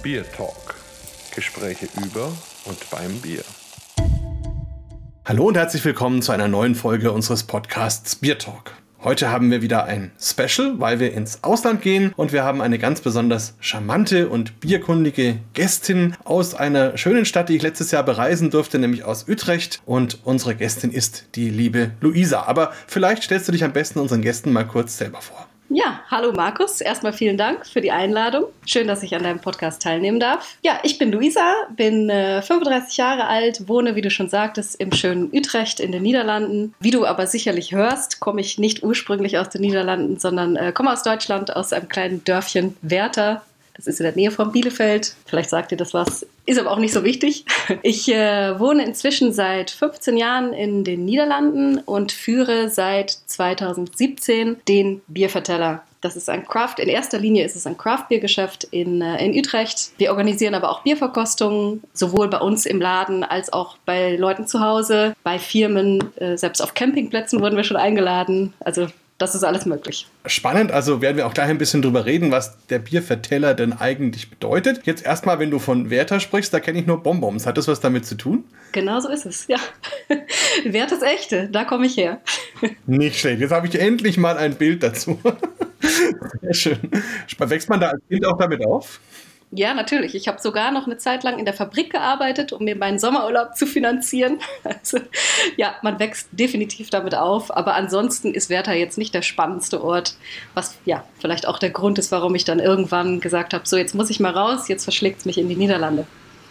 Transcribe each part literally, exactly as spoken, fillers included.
Beer Talk. Gespräche über und beim Bier. Hallo und herzlich willkommen zu einer neuen Folge unseres Podcasts Beer Talk. Heute haben wir wieder ein Special, weil wir ins Ausland gehen und wir haben eine ganz besonders charmante und bierkundige Gästin aus einer schönen Stadt, die ich letztes Jahr bereisen durfte, nämlich aus Utrecht. Und unsere Gästin ist die liebe Luisa. Aber vielleicht stellst du dich am besten unseren Gästen mal kurz selber vor. Ja, hallo Markus. Erstmal vielen Dank für die Einladung. Schön, dass ich an deinem Podcast teilnehmen darf. Ja, ich bin Luisa, bin äh, fünfunddreißig Jahre alt, wohne, wie du schon sagtest, im schönen Utrecht in den Niederlanden. Wie du aber sicherlich hörst, komme ich nicht ursprünglich aus den Niederlanden, sondern äh, komme aus Deutschland, aus einem kleinen Dörfchen Werther. Das ist in der Nähe von Bielefeld. Vielleicht sagt dir das was, ist aber auch nicht so wichtig. Ich äh, wohne inzwischen seit fünfzehn Jahren in den Niederlanden und führe seit zweitausendsiebzehn den Bierverteller. Das ist ein Craft, in erster Linie ist es ein Craft-Biergeschäft in, äh, in Utrecht. Wir organisieren aber auch Bierverkostungen, sowohl bei uns im Laden als auch bei Leuten zu Hause, bei Firmen, äh, selbst auf Campingplätzen wurden wir schon eingeladen. Also das ist alles möglich. Spannend, also werden wir auch gleich ein bisschen drüber reden, was der Bierverteller denn eigentlich bedeutet. Jetzt erstmal, wenn du von Werther sprichst, da kenne ich nur Bonbons. Hat das was damit zu tun? Genau so ist es, ja. Werthers Echte, da komme ich her. Nicht schlecht, jetzt habe ich endlich mal ein Bild dazu. Sehr schön. Wächst man da als Kind auch damit auf? Ja, natürlich. Ich habe sogar noch eine Zeit lang in der Fabrik gearbeitet, um mir meinen Sommerurlaub zu finanzieren. Also, ja, man wächst definitiv damit auf. Aber ansonsten ist Werther jetzt nicht der spannendste Ort, was ja vielleicht auch der Grund ist, warum ich dann irgendwann gesagt habe, so jetzt muss ich mal raus, jetzt verschlägt es mich in die Niederlande.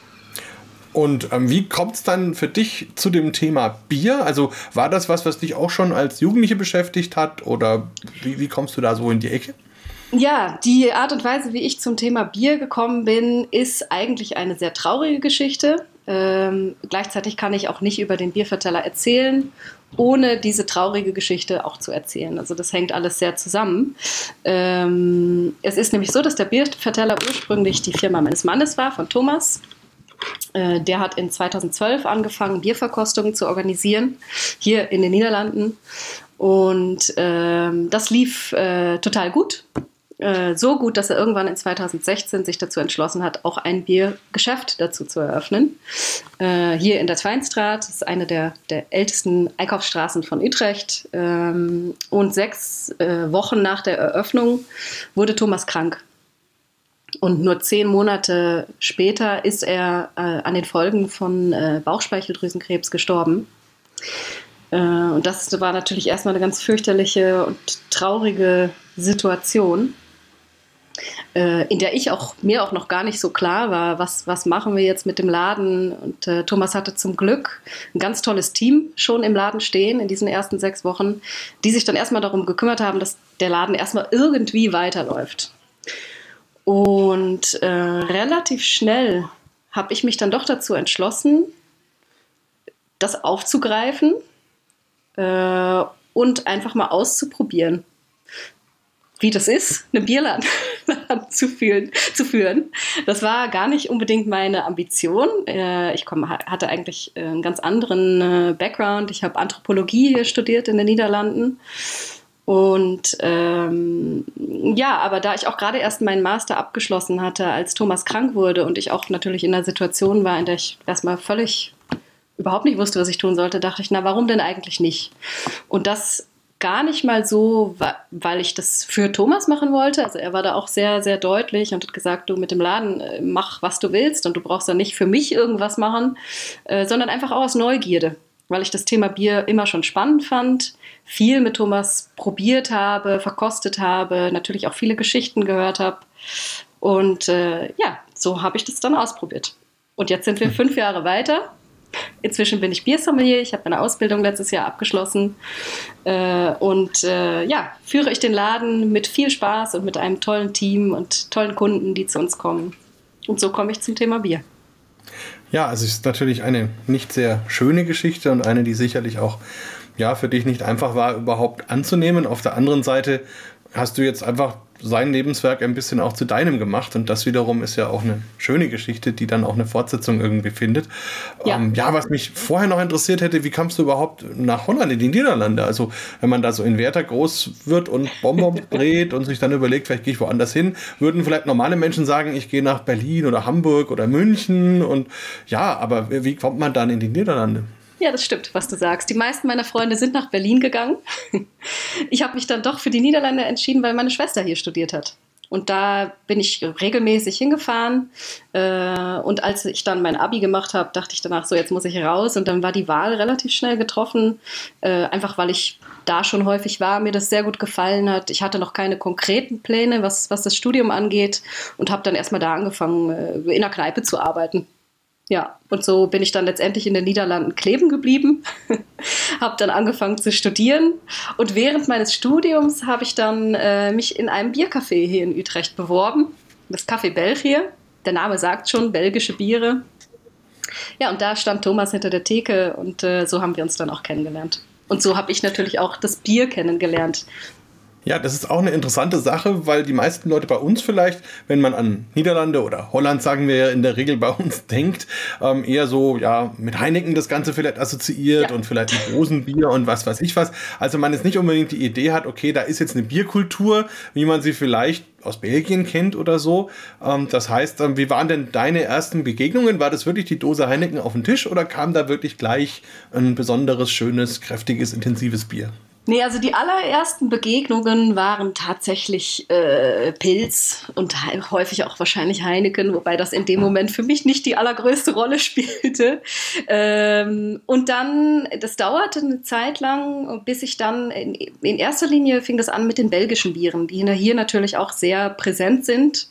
Und ähm, wie kommt es dann für dich zu dem Thema Bier? Also war das was, was dich auch schon als Jugendliche beschäftigt hat? Oder wie, wie kommst du da so in die Ecke? Ja, die Art und Weise, wie ich zum Thema Bier gekommen bin, ist eigentlich eine sehr traurige Geschichte. Ähm, gleichzeitig kann ich auch nicht über den Bierverteller erzählen, ohne diese traurige Geschichte auch zu erzählen. Also das hängt alles sehr zusammen. Ähm, es ist nämlich so, dass der Bierverteller ursprünglich die Firma meines Mannes war, von Thomas. Äh, der hat in zweitausendzwölf angefangen, Bierverkostungen zu organisieren, hier in den Niederlanden. Und ähm, das lief äh, total gut. Äh, so gut, dass er irgendwann in zweitausendsechzehn sich dazu entschlossen hat, auch ein Biergeschäft dazu zu eröffnen. Äh, hier in der Tweinstraat, das ist eine der, der ältesten Einkaufsstraßen von Utrecht. Ähm, und sechs äh, Wochen nach der Eröffnung wurde Thomas krank. Und nur zehn Monate später ist er äh, an den Folgen von äh, Bauchspeicheldrüsenkrebs gestorben. Äh, und das war natürlich erstmal eine ganz fürchterliche und traurige Situation, äh, in der ich auch, mir auch noch gar nicht so klar war, was, was machen wir jetzt mit dem Laden. Und äh, Thomas hatte zum Glück ein ganz tolles Team schon im Laden stehen in diesen ersten sechs Wochen, die sich dann erstmal darum gekümmert haben, dass der Laden erstmal irgendwie weiterläuft. Und äh, relativ schnell habe ich mich dann doch dazu entschlossen, das aufzugreifen äh, und einfach mal auszuprobieren, wie das ist, einen Bierladen zu, führen, zu führen. Das war gar nicht unbedingt meine Ambition. Äh, ich komm, hatte eigentlich einen ganz anderen äh, Background. Ich habe Anthropologie hier studiert in den Niederlanden. Und ähm, ja, aber da ich auch gerade erst meinen Master abgeschlossen hatte, als Thomas krank wurde und ich auch natürlich in einer Situation war, in der ich erstmal völlig überhaupt nicht wusste, was ich tun sollte, dachte ich, na, warum denn eigentlich nicht? Und das gar nicht mal so, weil ich das für Thomas machen wollte. Also er war da auch sehr, sehr deutlich und hat gesagt, du mit dem Laden mach, was du willst und du brauchst da nicht für mich irgendwas machen, äh, sondern einfach auch aus Neugierde, weil ich das Thema Bier immer schon spannend fand, viel mit Thomas probiert habe, verkostet habe, natürlich auch viele Geschichten gehört habe. Und äh, ja, so habe ich das dann ausprobiert. Und jetzt sind wir fünf Jahre weiter. Inzwischen bin ich Biersommelier. Ich habe meine Ausbildung letztes Jahr abgeschlossen. Äh, und äh, ja, führe ich den Laden mit viel Spaß und mit einem tollen Team und tollen Kunden, die zu uns kommen. Und so komme ich zum Thema Bier. Ja, also es ist natürlich eine nicht sehr schöne Geschichte und eine, die sicherlich auch ja, für dich nicht einfach war, überhaupt anzunehmen. Auf der anderen Seite hast du jetzt einfach sein Lebenswerk ein bisschen auch zu deinem gemacht und das wiederum ist ja auch eine schöne Geschichte, die dann auch eine Fortsetzung irgendwie findet. Ja, ähm, ja was mich vorher noch interessiert hätte, wie kamst du überhaupt nach Holland, in die Niederlande? Also wenn man da so in Werther groß wird und Bonbons brät und sich dann überlegt, vielleicht gehe ich woanders hin, würden vielleicht normale Menschen sagen, ich gehe nach Berlin oder Hamburg oder München und ja, aber wie kommt man dann in die Niederlande? Ja, das stimmt, was du sagst. Die meisten meiner Freunde sind nach Berlin gegangen. Ich habe mich dann doch für die Niederlande entschieden, weil meine Schwester hier studiert hat. Und da bin ich regelmäßig hingefahren. Und als ich dann mein Abi gemacht habe, dachte ich danach, so jetzt muss ich raus. Und dann war die Wahl relativ schnell getroffen. Einfach weil ich da schon häufig war, mir das sehr gut gefallen hat. Ich hatte noch keine konkreten Pläne, was, was das Studium angeht. Und habe dann erstmal da angefangen, in der Kneipe zu arbeiten. Ja, und so bin ich dann letztendlich in den Niederlanden kleben geblieben, habe dann angefangen zu studieren und während meines Studiums habe ich dann äh, mich in einem Biercafé hier in Utrecht beworben, das Café België, der Name sagt schon, belgische Biere. Ja, und da stand Thomas hinter der Theke und äh, so haben wir uns dann auch kennengelernt. Und so habe ich natürlich auch das Bier kennengelernt. Ja, das ist auch eine interessante Sache, weil die meisten Leute bei uns vielleicht, wenn man an Niederlande oder Holland, sagen wir ja in der Regel bei uns denkt, ähm, eher so ja mit Heineken das Ganze vielleicht assoziiert ja. und vielleicht mit Rosenbier und was weiß ich was. Also man jetzt nicht unbedingt die Idee hat, okay, da ist jetzt eine Bierkultur, wie man sie vielleicht aus Belgien kennt oder so. Ähm, das heißt, ähm, wie waren denn deine ersten Begegnungen? War das wirklich die Dose Heineken auf den Tisch oder kam da wirklich gleich ein besonderes, schönes, kräftiges, intensives Bier? Nee, also die allerersten Begegnungen waren tatsächlich äh, Pils und häufig auch wahrscheinlich Heineken, wobei das in dem Moment für mich nicht die allergrößte Rolle spielte. Ähm, und dann, das dauerte eine Zeit lang, bis ich dann, in, in erster Linie fing das an mit den belgischen Bieren, die hier natürlich auch sehr präsent sind.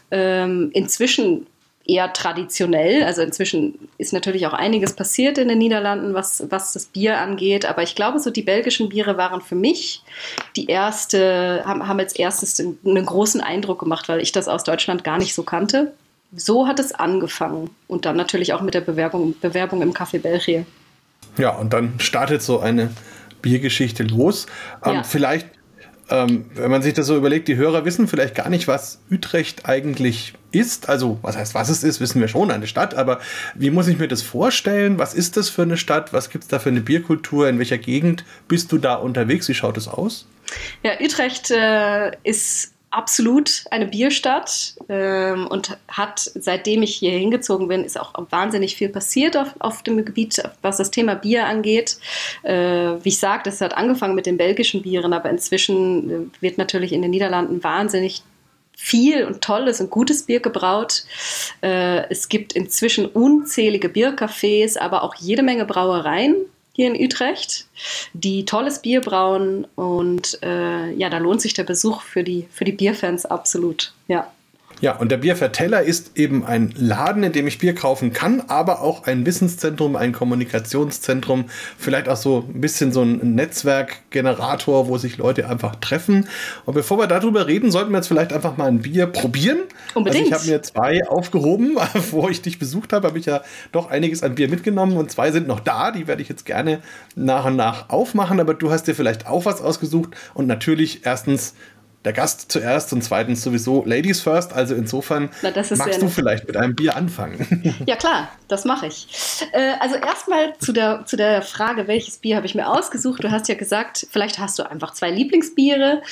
Ähm, inzwischen eher traditionell, also inzwischen ist natürlich auch einiges passiert in den Niederlanden, was, was das Bier angeht, aber ich glaube, so die belgischen Biere waren für mich die erste, haben, haben als erstes einen großen Eindruck gemacht, weil ich das aus Deutschland gar nicht so kannte. So hat es angefangen und dann natürlich auch mit der Bewerbung, Bewerbung im Café België. Ja, und dann startet so eine Biergeschichte los. Ähm, ja. Vielleicht, ähm, wenn man sich das so überlegt, die Hörer wissen vielleicht gar nicht, was Utrecht eigentlich ist. Also, was heißt, was es ist, wissen wir schon, eine Stadt. Aber wie muss ich mir das vorstellen? Was ist das für eine Stadt? Was gibt es da für eine Bierkultur? In welcher Gegend bist du da unterwegs? Wie schaut es aus? Ja, Utrecht äh, ist absolut eine Bierstadt ähm, und hat, seitdem ich hier hingezogen bin, ist auch wahnsinnig viel passiert auf, auf dem Gebiet, was das Thema Bier angeht. Äh, wie ich sagte, es hat angefangen mit den belgischen Bieren, aber inzwischen wird natürlich in den Niederlanden wahnsinnig viel und tolles und gutes Bier gebraut. Äh, es gibt inzwischen unzählige Biercafés, aber auch jede Menge Brauereien hier in Utrecht, die tolles Bier brauen und äh, ja, da lohnt sich der Besuch für die, für die Bierfans absolut, ja. Ja, und der Bierverteller ist eben ein Laden, in dem ich Bier kaufen kann, aber auch ein Wissenszentrum, ein Kommunikationszentrum, vielleicht auch so ein bisschen so ein Netzwerkgenerator, wo sich Leute einfach treffen. Und bevor wir darüber reden, sollten wir jetzt vielleicht einfach mal ein Bier probieren. Unbedingt. Also ich habe mir zwei aufgehoben, wo ich dich besucht habe, habe ich ja doch einiges an Bier mitgenommen und zwei sind noch da, die werde ich jetzt gerne nach und nach aufmachen, aber du hast dir vielleicht auch was ausgesucht und natürlich erstens der Gast zuerst und zweitens sowieso Ladies first. Also insofern Na, das ist magst du vielleicht mit einem Bier anfangen. Ja klar, das mache ich. Äh, also erstmal zu der, zu der Frage, welches Bier habe ich mir ausgesucht. Du hast ja gesagt, vielleicht hast du einfach zwei Lieblingsbiere.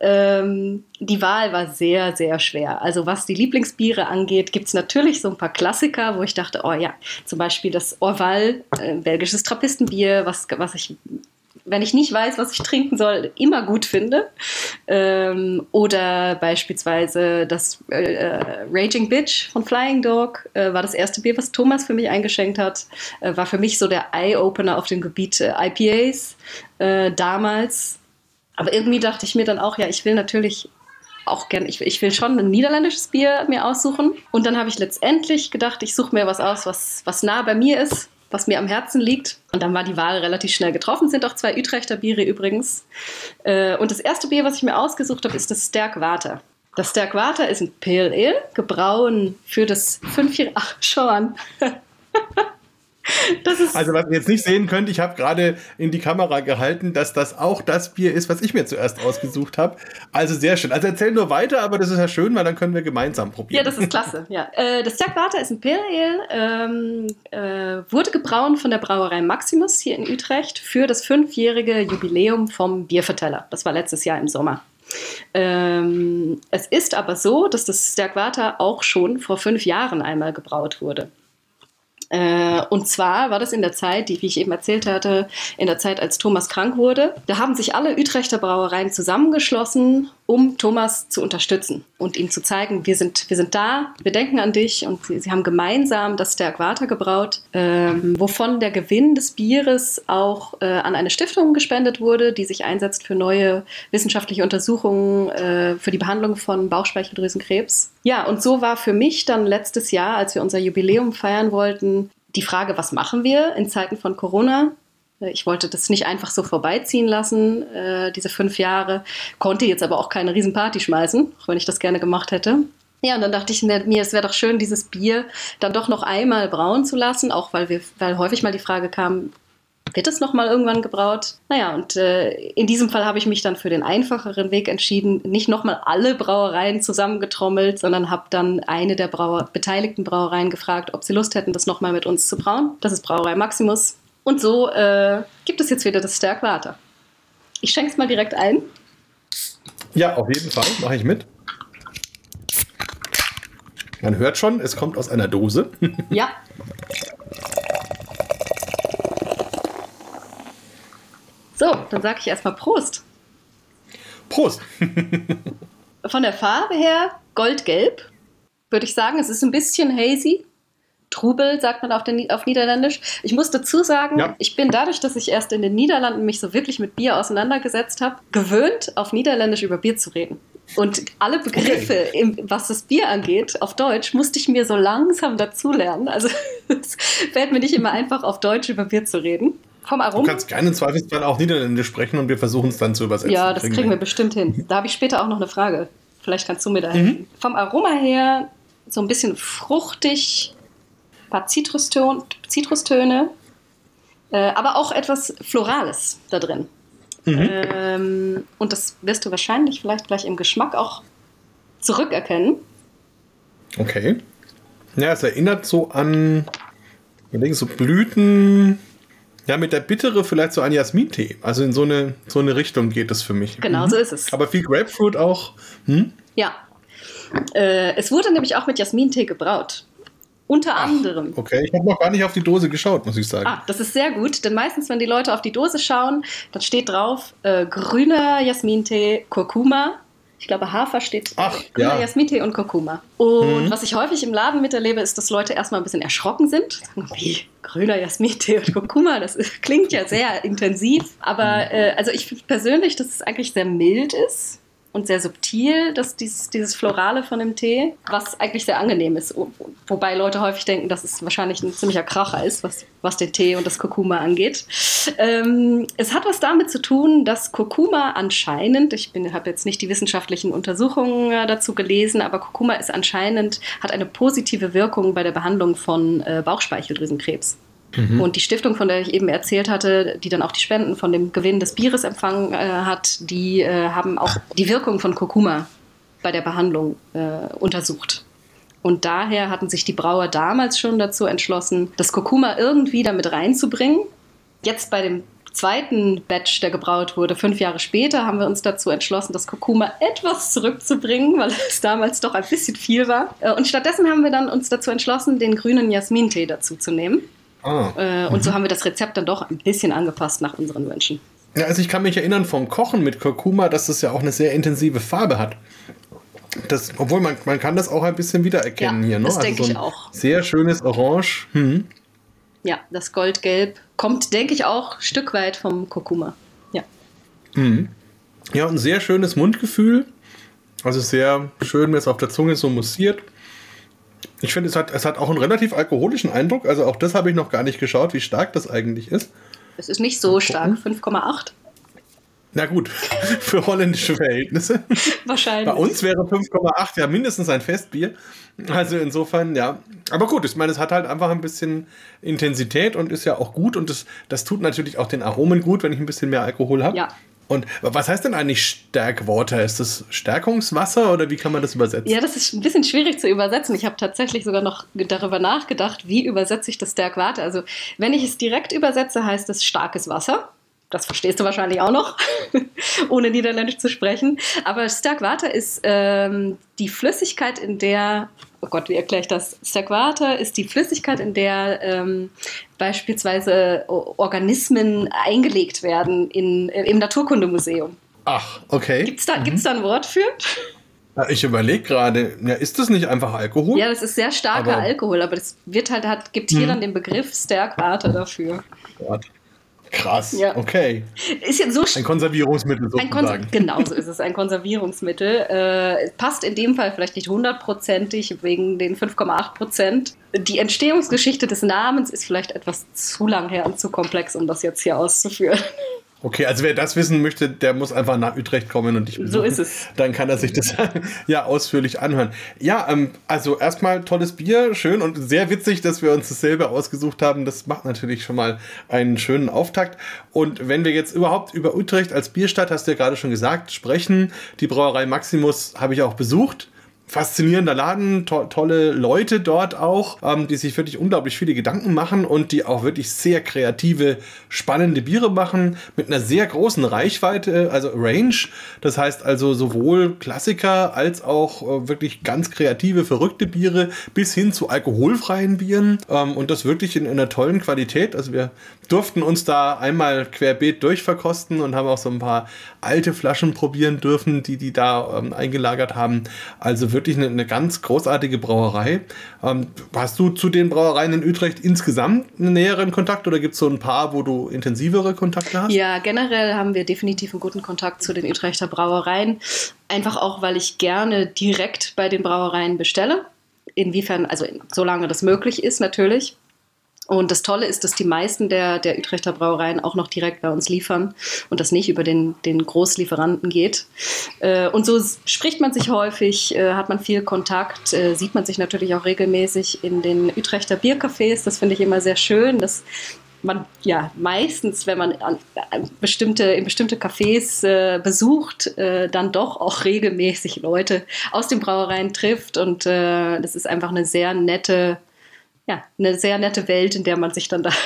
Ähm, die Wahl war sehr, sehr schwer. Also was die Lieblingsbiere angeht, gibt es natürlich so ein paar Klassiker, wo ich dachte, oh ja, zum Beispiel das Orval, äh, belgisches Trappistenbier, was, was ich... wenn ich nicht weiß, was ich trinken soll, immer gut finde. Ähm, oder beispielsweise das äh, Raging Bitch von Flying Dog äh, war das erste Bier, was Thomas für mich eingeschenkt hat. Äh, war für mich so der Eye-Opener auf dem Gebiet äh, I P As äh, damals. Aber irgendwie dachte ich mir dann auch, ja, ich will natürlich auch gerne, ich, ich will schon ein niederländisches Bier mir aussuchen. Und dann habe ich letztendlich gedacht, ich suche mir was aus, was, was nah bei mir ist, was mir am Herzen liegt. Und dann war die Wahl relativ schnell getroffen. Sind auch zwei Utrechter Biere übrigens. Und das erste Bier, was ich mir ausgesucht habe, ist das Sterk Water. Das Sterk Water ist ein Pale Ale, gebrauen für das fünfjährige... Ach, schau an. Das ist Also was ihr jetzt nicht sehen könnt, ich habe gerade in die Kamera gehalten, dass das auch das Bier ist, was ich mir zuerst ausgesucht habe. Also sehr schön. Also erzähl nur weiter, aber das ist ja schön, weil dann können wir gemeinsam probieren. Ja, das ist klasse. Ja. Äh, das Stärkwater ist ein Pale Ale, ähm, äh, wurde gebraut von der Brauerei Maximus hier in Utrecht für das fünfjährige Jubiläum vom Bierverteller. Das war letztes Jahr im Sommer. Ähm, es ist aber so, dass das Stärkwater auch schon vor fünf Jahren einmal gebraut wurde. Äh, und zwar war das in der Zeit, die, wie ich eben erzählt hatte, in der Zeit, als Thomas krank wurde. Da haben sich alle Utrechter Brauereien zusammengeschlossen, um Thomas zu unterstützen und ihm zu zeigen, wir sind, wir sind da, wir denken an dich. Und sie, sie haben gemeinsam das Stärkwater gebraut, ähm, wovon der Gewinn des Bieres auch äh, an eine Stiftung gespendet wurde, die sich einsetzt für neue wissenschaftliche Untersuchungen äh, für die Behandlung von Bauchspeicheldrüsenkrebs. Ja, und so war für mich dann letztes Jahr, als wir unser Jubiläum feiern wollten, die Frage, was machen wir in Zeiten von Corona? Ich wollte das nicht einfach so vorbeiziehen lassen, äh, diese fünf Jahre, konnte jetzt aber auch keine Riesenparty schmeißen, auch wenn ich das gerne gemacht hätte. Ja, und dann dachte ich mir, es wäre doch schön, dieses Bier dann doch noch einmal brauen zu lassen, auch weil, wir, weil häufig mal die Frage kam, wird es noch mal irgendwann gebraut? Naja, und äh, in diesem Fall habe ich mich dann für den einfacheren Weg entschieden, nicht noch mal alle Brauereien zusammengetrommelt, sondern habe dann eine der Brauer- beteiligten Brauereien gefragt, ob sie Lust hätten, das noch mal mit uns zu brauen. Das ist Brauerei Maximus. Und so äh, gibt es jetzt wieder das Stärkwater. Ich schenke es mal direkt ein. Ja, auf jeden Fall, mache ich mit. Man hört schon, es kommt aus einer Dose. Ja. So, dann sage ich erstmal Prost. Prost. Von der Farbe her goldgelb, würde ich sagen. Es ist ein bisschen hazy. Trubel sagt man auf, den, auf Niederländisch. Ich muss dazu sagen, ja. Ich bin dadurch, dass ich erst in den Niederlanden mich so wirklich mit Bier auseinandergesetzt habe, gewöhnt, auf Niederländisch über Bier zu reden. Und alle Begriffe, okay. im, was das Bier angeht, auf Deutsch, musste ich mir so langsam dazulernen. Also es fällt mir nicht immer einfach, auf Deutsch über Bier zu reden. Vom Aroma. Du kannst gerne im Zweifelsfall auch Niederländisch sprechen und wir versuchen es dann zu übersetzen. Ja, das kriegen, kriegen wir bestimmt hin. Da habe ich später auch noch eine Frage. Vielleicht kannst du mir da helfen. Mhm. Vom Aroma her so ein bisschen fruchtig, ein paar Zitrustöne, Zitrustöne äh, aber auch etwas Florales da drin. Mhm. Ähm, und das wirst du wahrscheinlich vielleicht gleich im Geschmack auch zurückerkennen. Okay. Ja, es erinnert so an so Blüten, ja, mit der Bittere vielleicht so an Jasmintee. Also in so eine, so eine Richtung geht es für mich. Genau, mhm. so ist es. Aber viel Grapefruit auch. Hm? Ja. Äh, es wurde nämlich auch mit Jasmintee gebraut. Unter Ach, anderem. Okay, ich habe noch gar nicht auf die Dose geschaut, muss ich sagen. Ah, das ist sehr gut, denn meistens, wenn die Leute auf die Dose schauen, dann steht drauf äh, grüner Jasmintee, Kurkuma. Ich glaube, Hafer steht Ach, grüner ja. Jasmintee und Kurkuma. Und mhm. was ich häufig im Laden miterlebe, ist, dass Leute erstmal ein bisschen erschrocken sind. Sagen, wie grüner Jasmintee und Kurkuma, das ist, klingt ja sehr intensiv. Aber äh, also ich finde persönlich, dass es eigentlich sehr mild ist. Und sehr subtil, dass dieses, dieses Florale von dem Tee, was eigentlich sehr angenehm ist. Wobei Leute häufig denken, dass es wahrscheinlich ein ziemlicher Kracher ist, was, was den Tee und das Kurkuma angeht. Ähm, es hat was damit zu tun, dass Kurkuma anscheinend, ich habe jetzt nicht die wissenschaftlichen Untersuchungen äh, dazu gelesen, aber Kurkuma ist anscheinend, hat eine positive Wirkung bei der Behandlung von äh, Bauchspeicheldrüsenkrebs. Mhm. Und die Stiftung, von der ich eben erzählt hatte, die dann auch die Spenden von dem Gewinn des Bieres empfangen äh, hat, die äh, haben auch die Wirkung von Kurkuma bei der Behandlung äh, untersucht. Und daher hatten sich die Brauer damals schon dazu entschlossen, das Kurkuma irgendwie damit reinzubringen. Jetzt bei dem zweiten Batch, der gebraut wurde, fünf Jahre später, haben wir uns dazu entschlossen, das Kurkuma etwas zurückzubringen, weil es damals doch ein bisschen viel war. Und stattdessen haben wir dann uns dazu entschlossen, den grünen Jasmintee dazu zu nehmen. Ah. Äh, und mhm. so haben wir das Rezept dann doch ein bisschen angepasst nach unseren Wünschen. Ja, also ich kann mich erinnern vom Kochen mit Kurkuma, dass das ja auch eine sehr intensive Farbe hat. Das, obwohl man, man kann das auch ein bisschen wiedererkennen ja, hier. Ne? Das also denke so ich auch. Sehr schönes Orange. Hm. Ja, das Goldgelb kommt, denke ich, auch ein Stück weit vom Kurkuma. Ja. Mhm. Ja, und ein sehr schönes Mundgefühl. Also sehr schön, wenn es auf der Zunge so mussiert. Ich finde, es hat, es hat auch einen relativ alkoholischen Eindruck. Also auch das habe ich noch gar nicht geschaut, wie stark das eigentlich ist. Es ist nicht so stark, fünf Komma acht. Na gut, für holländische Verhältnisse. Wahrscheinlich. Bei uns wäre fünf Komma acht ja mindestens ein Festbier. Also insofern, ja. Aber gut, ich meine, es hat halt einfach ein bisschen Intensität und ist ja auch gut. Und das, das tut natürlich auch den Aromen gut, wenn ich ein bisschen mehr Alkohol habe. Ja. Und was heißt denn eigentlich Stärkwater? Ist das Stärkungswasser oder wie kann man das übersetzen? Ja, das ist ein bisschen schwierig zu übersetzen. Ich habe tatsächlich sogar noch darüber nachgedacht, wie übersetze ich das Stärkwater. Also wenn ich es direkt übersetze, heißt es starkes Wasser. Das verstehst du wahrscheinlich auch noch, ohne Niederländisch zu sprechen. Aber Stärkwater ist ähm, die Flüssigkeit, in der, oh Gott, wie erkläre ich das? Stärkwater ist die Flüssigkeit, in der ähm, beispielsweise Organismen eingelegt werden in, im Naturkundemuseum. Ach, okay. Gibt's da, mhm. gibt's da ein Wort für? Ja, ich überlege gerade, ja, ist das nicht einfach Alkohol? Ja, das ist sehr starker aber Alkohol, aber das wird halt, hat, gibt hier hm. dann den Begriff Stärkwater dafür. Gott. Krass, ja. Okay. Ist jetzt so ein Konservierungsmittel sozusagen. Ein Konser- genau so ist es, ein Konservierungsmittel. Äh, passt in dem Fall vielleicht nicht hundertprozentig wegen den fünf Komma acht Prozent. Die Entstehungsgeschichte des Namens ist vielleicht etwas zu lang her und zu komplex, um das jetzt hier auszuführen. Okay, also wer das wissen möchte, der muss einfach nach Utrecht kommen und dich besuchen. So ist es. Dann kann er sich das ja ausführlich anhören. Ja, ähm, also erstmal tolles Bier, schön und sehr witzig, dass wir uns dasselbe ausgesucht haben. Das macht natürlich schon mal einen schönen Auftakt. Und wenn wir jetzt überhaupt über Utrecht als Bierstadt, hast du ja gerade schon gesagt, sprechen, die Brauerei Maximus habe ich auch besucht. Faszinierender Laden, to- tolle Leute dort auch, ähm, die sich wirklich unglaublich viele Gedanken machen und die auch wirklich sehr kreative, spannende Biere machen mit einer sehr großen Reichweite, also Range. Das heißt also sowohl Klassiker als auch äh, wirklich ganz kreative, verrückte Biere bis hin zu alkoholfreien Bieren ähm, und das wirklich in, in einer tollen Qualität. Also wir durften uns da einmal querbeet durchverkosten und haben auch so ein paar alte Flaschen probieren dürfen, die die da ähm, eingelagert haben. Also wirklich eine, eine ganz großartige Brauerei. Ähm, hast du zu den Brauereien in Utrecht insgesamt einen näheren Kontakt oder gibt es so ein paar, wo du intensivere Kontakte hast? Ja, generell haben wir definitiv einen guten Kontakt zu den Utrechter Brauereien. Einfach auch, weil ich gerne direkt bei den Brauereien bestelle. Inwiefern, also solange das möglich ist natürlich. Und das Tolle ist, dass die meisten der, der Utrechter Brauereien auch noch direkt bei uns liefern und das nicht über den, den Großlieferanten geht. Äh, und so spricht man sich häufig, äh, hat man viel Kontakt, äh, sieht man sich natürlich auch regelmäßig in den Utrechter Biercafés. Das finde ich immer sehr schön, dass man ja meistens, wenn man an, an bestimmte, in bestimmte Cafés äh, besucht, äh, dann doch auch regelmäßig Leute aus den Brauereien trifft. Und äh, das ist einfach eine sehr nette Ja, eine sehr nette Welt, in der man sich dann da,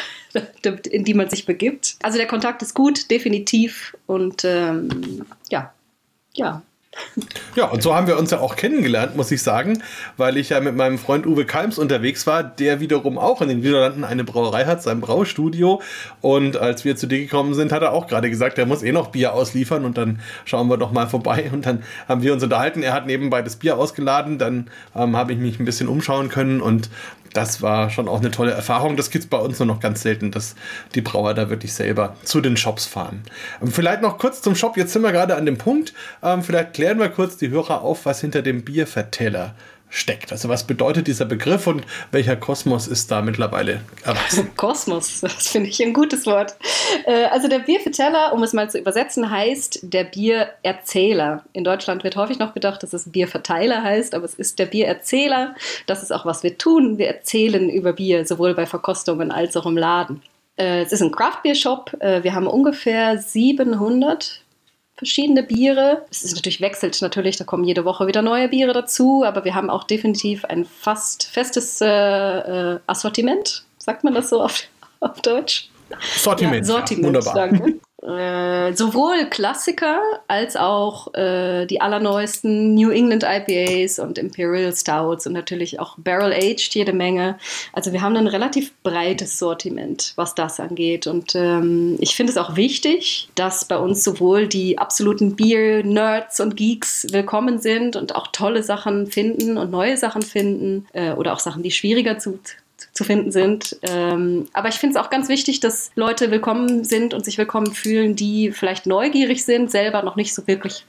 in die man sich begibt. Also der Kontakt ist gut, definitiv. Und ähm, ja, ja. Ja, und so haben wir uns ja auch kennengelernt, muss ich sagen, weil ich ja mit meinem Freund Uwe Kalms unterwegs war, der wiederum auch in den Niederlanden eine Brauerei hat, sein Braustudio. Und als wir zu dir gekommen sind, hat er auch gerade gesagt, er muss eh noch Bier ausliefern und dann schauen wir doch mal vorbei. Und dann haben wir uns unterhalten, er hat nebenbei das Bier ausgeladen, dann ähm, habe ich mich ein bisschen umschauen können und das war schon auch eine tolle Erfahrung. Das gibt es bei uns nur noch ganz selten, dass die Brauer da wirklich selber zu den Shops fahren. Ähm, vielleicht noch kurz zum Shop. Jetzt sind wir gerade an dem Punkt. Ähm, vielleicht klären wir kurz die Hörer auf, was hinter dem Bierverteiler steckt. Also was bedeutet dieser Begriff und welcher Kosmos ist da mittlerweile erwachsen? Kosmos, das finde ich ein gutes Wort. Also der Bierverteiler, um es mal zu übersetzen, heißt der Biererzähler. In Deutschland wird häufig noch gedacht, dass es Bierverteiler heißt, aber es ist der Biererzähler. Das ist auch, was wir tun. Wir erzählen über Bier, sowohl bei Verkostungen als auch im Laden. Es ist ein Craft-Bier-Shop. Wir haben ungefähr siebenhundert verschiedene Biere. Es ist natürlich wechselt natürlich, da kommen jede Woche wieder neue Biere dazu, aber wir haben auch definitiv ein fast festes äh, Assortiment, sagt man das so auf, auf Deutsch? Sortiment, ja, Sortiment, ja, wunderbar. Sagen äh, sowohl Klassiker als auch äh, die allerneuesten New England I P As und Imperial Stouts und natürlich auch Barrel Aged jede Menge. Also wir haben ein relativ breites Sortiment, was das angeht. Und ähm, ich finde es auch wichtig, dass bei uns sowohl die absoluten Bier-Nerds und Geeks willkommen sind und auch tolle Sachen finden und neue Sachen finden äh, oder auch Sachen, die schwieriger zu zu finden sind. Ähm, aber ich finde es auch ganz wichtig, dass Leute willkommen sind und sich willkommen fühlen, die vielleicht neugierig sind, selber noch nicht so wirklich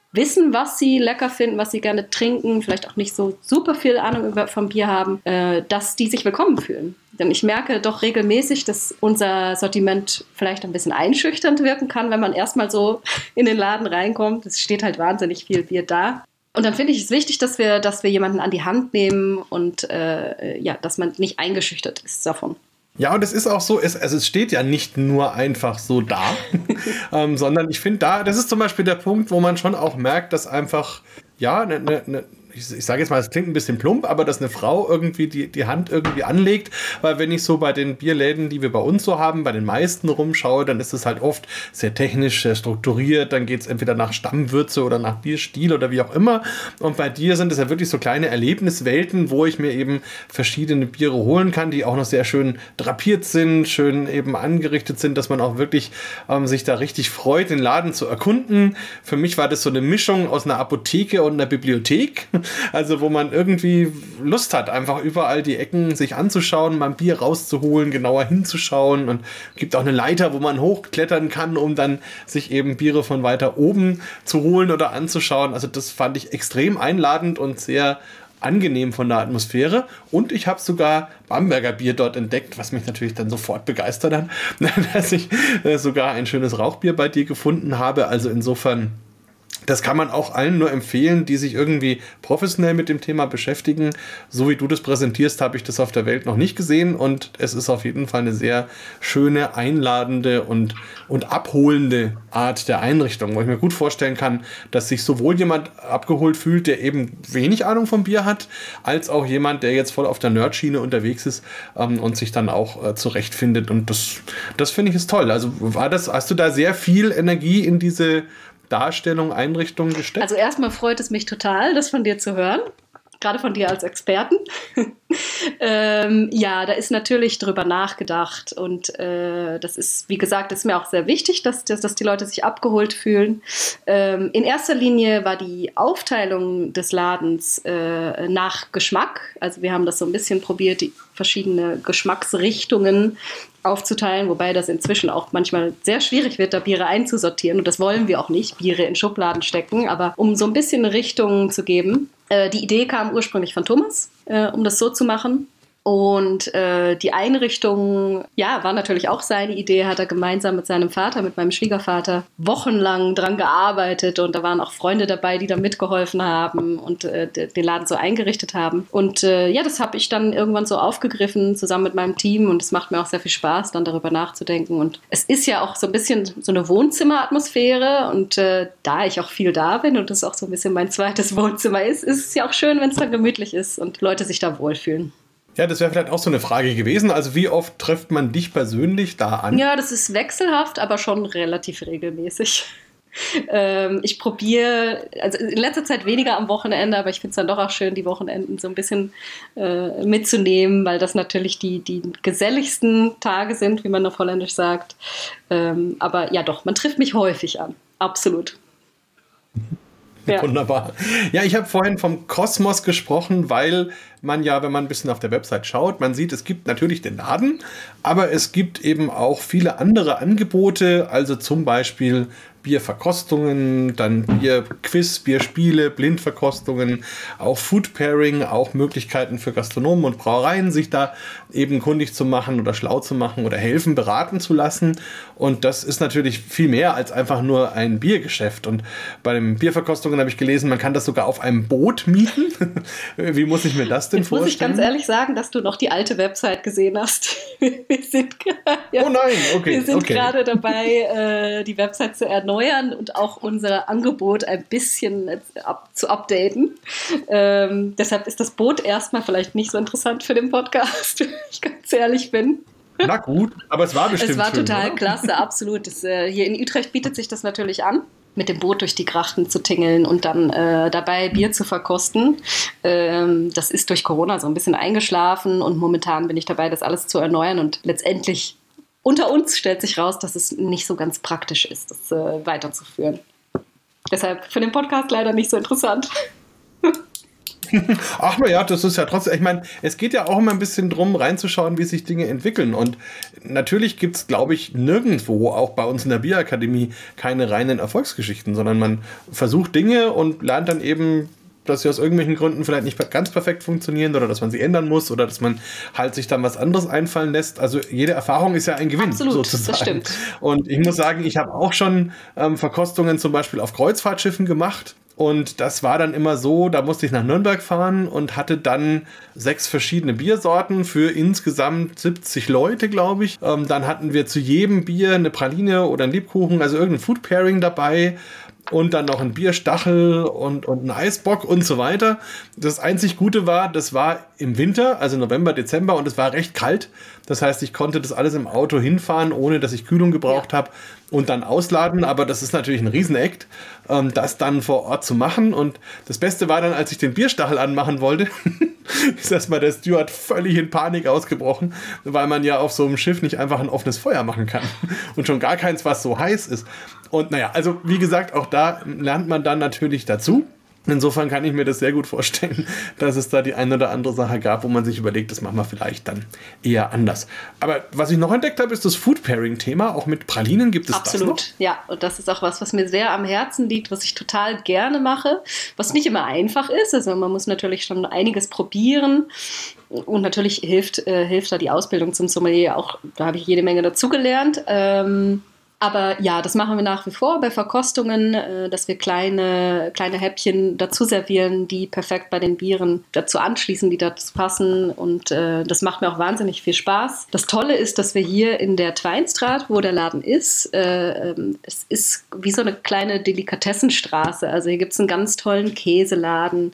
wissen, was sie lecker finden, was sie gerne trinken, vielleicht auch nicht so super viel Ahnung über, vom Bier haben, äh, dass die sich willkommen fühlen. Denn ich merke doch regelmäßig, dass unser Sortiment vielleicht ein bisschen einschüchternd wirken kann, wenn man erstmal so in den Laden reinkommt. Es steht halt wahnsinnig viel Bier da. Und dann finde ich es wichtig, dass wir, dass wir jemanden an die Hand nehmen und äh, ja, dass man nicht eingeschüchtert ist davon. Ja, und es ist auch so, es, also es steht ja nicht nur einfach so da, ähm, sondern ich finde da, das ist zum Beispiel der Punkt, wo man schon auch merkt, dass einfach, ja, ne, ne, ne, ich, ich sage jetzt mal, es klingt ein bisschen plump, aber dass eine Frau irgendwie die, die Hand irgendwie anlegt, weil wenn ich so bei den Bierläden, die wir bei uns so haben, bei den meisten rumschaue, dann ist es halt oft sehr technisch, sehr strukturiert, dann geht es entweder nach Stammwürze oder nach Bierstil oder wie auch immer, und bei dir sind es ja wirklich so kleine Erlebniswelten, wo ich mir eben verschiedene Biere holen kann, die auch noch sehr schön drapiert sind, schön eben angerichtet sind, dass man auch wirklich ähm, sich da richtig freut, den Laden zu erkunden. Für mich war das so eine Mischung aus einer Apotheke und einer Bibliothek. Also wo man irgendwie Lust hat, einfach überall die Ecken sich anzuschauen, mal ein Bier rauszuholen, genauer hinzuschauen, und gibt auch eine Leiter, wo man hochklettern kann, um dann sich eben Biere von weiter oben zu holen oder anzuschauen. Also das fand ich extrem einladend und sehr angenehm von der Atmosphäre, und ich habe sogar Bamberger Bier dort entdeckt, was mich natürlich dann sofort begeistert hat, dass ich äh, sogar ein schönes Rauchbier bei dir gefunden habe. Also insofern, das kann man auch allen nur empfehlen, die sich irgendwie professionell mit dem Thema beschäftigen. So wie du das präsentierst, habe ich das auf der Welt noch nicht gesehen, und es ist auf jeden Fall eine sehr schöne, einladende und, und abholende Art der Einrichtung, wo ich mir gut vorstellen kann, dass sich sowohl jemand abgeholt fühlt, der eben wenig Ahnung vom Bier hat, als auch jemand, der jetzt voll auf der Nerdschiene unterwegs ist ähm, und sich dann auch äh, zurechtfindet. Und das, das finde ich ist toll. Also war das, hast du da sehr viel Energie in diese Darstellung, Einrichtung gesteckt? Also erstmal freut es mich total, das von dir zu hören, gerade von dir als Experten. ähm, ja, da ist natürlich drüber nachgedacht, und äh, das ist, wie gesagt, ist mir auch sehr wichtig, dass, dass, dass die Leute sich abgeholt fühlen. Ähm, in erster Linie war die Aufteilung des Ladens äh, nach Geschmack. Also wir haben das so ein bisschen probiert, die verschiedene Geschmacksrichtungen aufzuteilen, wobei das inzwischen auch manchmal sehr schwierig wird, da Biere einzusortieren, und das wollen wir auch nicht, Biere in Schubladen stecken, aber um so ein bisschen eine Richtung zu geben. Äh, die Idee kam ursprünglich von Thomas, äh, um das so zu machen. Und äh, die Einrichtung, ja, war natürlich auch seine Idee, hat er gemeinsam mit seinem Vater, mit meinem Schwiegervater, wochenlang dran gearbeitet, und da waren auch Freunde dabei, die da mitgeholfen haben und äh, den Laden so eingerichtet haben. Und äh, ja, das habe ich dann irgendwann so aufgegriffen, zusammen mit meinem Team, und es macht mir auch sehr viel Spaß, dann darüber nachzudenken. Und es ist ja auch so ein bisschen so eine Wohnzimmeratmosphäre, und äh, da ich auch viel da bin und das auch so ein bisschen mein zweites Wohnzimmer ist, ist es ja auch schön, wenn es dann gemütlich ist und Leute sich da wohlfühlen. Ja, das wäre vielleicht auch so eine Frage gewesen. Also wie oft trifft man dich persönlich da an? Ja, das ist wechselhaft, aber schon relativ regelmäßig. ähm, ich probiere, also in letzter Zeit weniger am Wochenende, aber ich finde es dann doch auch schön, die Wochenenden so ein bisschen äh, mitzunehmen, weil das natürlich die, die geselligsten Tage sind, wie man auf Holländisch sagt. Ähm, aber ja doch, man trifft mich häufig an. Absolut. Ja. Wunderbar. Ja, ich habe vorhin vom Kosmos gesprochen, weil man ja, wenn man ein bisschen auf der Website schaut, man sieht, es gibt natürlich den Laden, aber es gibt eben auch viele andere Angebote, also zum Beispiel Bierverkostungen, dann Bierquiz, Bierspiele, Blindverkostungen, auch Food Pairing, auch Möglichkeiten für Gastronomen und Brauereien, sich da eben kundig zu machen oder schlau zu machen oder helfen, beraten zu lassen. Und das ist natürlich viel mehr als einfach nur ein Biergeschäft. Und bei den Bierverkostungen habe ich gelesen, man kann das sogar auf einem Boot mieten. Wie muss ich mir das denn Jetzt vorstellen? Muss ich ganz ehrlich sagen, dass du noch die alte Website gesehen hast. Wir sind, ja, oh nein, okay. Wir sind okay. gerade dabei, die Website zu erneuern und auch unser Angebot ein bisschen ab, zu updaten. Ähm, deshalb ist das Boot erstmal vielleicht nicht so interessant für den Podcast, wenn ich ganz ehrlich bin. Na gut, aber es war bestimmt Es war schön, total oder? Klasse, absolut. Das, äh, hier in Utrecht bietet sich das natürlich an, mit dem Boot durch die Grachten zu tingeln und dann äh, dabei Bier zu verkosten. Ähm, das ist durch Corona so ein bisschen eingeschlafen, und momentan bin ich dabei, das alles zu erneuern, und letztendlich unter uns stellt sich raus, dass es nicht so ganz praktisch ist, das äh, weiterzuführen. Deshalb für den Podcast leider nicht so interessant. Ach na ja, das ist ja trotzdem, ich meine, es geht ja auch immer ein bisschen drum, reinzuschauen, wie sich Dinge entwickeln. Und natürlich gibt es, glaube ich, nirgendwo, auch bei uns in der Bierakademie, keine reinen Erfolgsgeschichten, sondern man versucht Dinge und lernt dann eben, dass sie aus irgendwelchen Gründen vielleicht nicht ganz perfekt funktionieren oder dass man sie ändern muss oder dass man halt sich dann was anderes einfallen lässt. Also jede Erfahrung ist ja ein Gewinn, Absolut, sozusagen. Das stimmt. Und ich muss sagen, ich habe auch schon ähm, Verkostungen zum Beispiel auf Kreuzfahrtschiffen gemacht. Und das war dann immer so, da musste ich nach Nürnberg fahren und hatte dann sechs verschiedene Biersorten für insgesamt siebzig Leute, glaube ich. Ähm, dann hatten wir zu jedem Bier eine Praline oder einen Lebkuchen, also irgendein Food Pairing dabei. Und dann noch ein Bierstachel und, und ein Eisbock und so weiter. Das einzig Gute war, das war im Winter, also November, Dezember, und es war recht kalt. Das heißt, ich konnte das alles im Auto hinfahren, ohne dass ich Kühlung gebraucht ja. habe und dann ausladen. Aber das ist natürlich ein Riesenakt, ähm, das dann vor Ort zu machen. Und das Beste war dann, als ich den Bierstachel anmachen wollte, ist erstmal der Steward völlig in Panik ausgebrochen, weil man ja auf so einem Schiff nicht einfach ein offenes Feuer machen kann. Und schon gar keins, was so heiß ist. Und naja, also wie gesagt, auch da lernt man dann natürlich dazu. Insofern kann ich mir das sehr gut vorstellen, dass es da die eine oder andere Sache gab, wo man sich überlegt, das machen wir vielleicht dann eher anders. Aber was ich noch entdeckt habe, ist das Food-Pairing-Thema. Auch mit Pralinen gibt es Absolut. das noch? Ja, und das ist auch was, was mir sehr am Herzen liegt, was ich total gerne mache, was nicht immer einfach ist. Also man muss natürlich schon einiges probieren. Und natürlich hilft, äh, hilft da die Ausbildung zum Sommelier auch. Da habe ich jede Menge dazugelernt. Ähm, Aber ja, das machen wir nach wie vor bei Verkostungen, äh, dass wir kleine, kleine Häppchen dazu servieren, die perfekt bei den Bieren dazu anschließen, die dazu passen. Und äh, das macht mir auch wahnsinnig viel Spaß. Das Tolle ist, dass wir hier in der Tweinstraat, wo der Laden ist, äh, es ist wie so eine kleine Delikatessenstraße. Also hier gibt es einen ganz tollen Käseladen.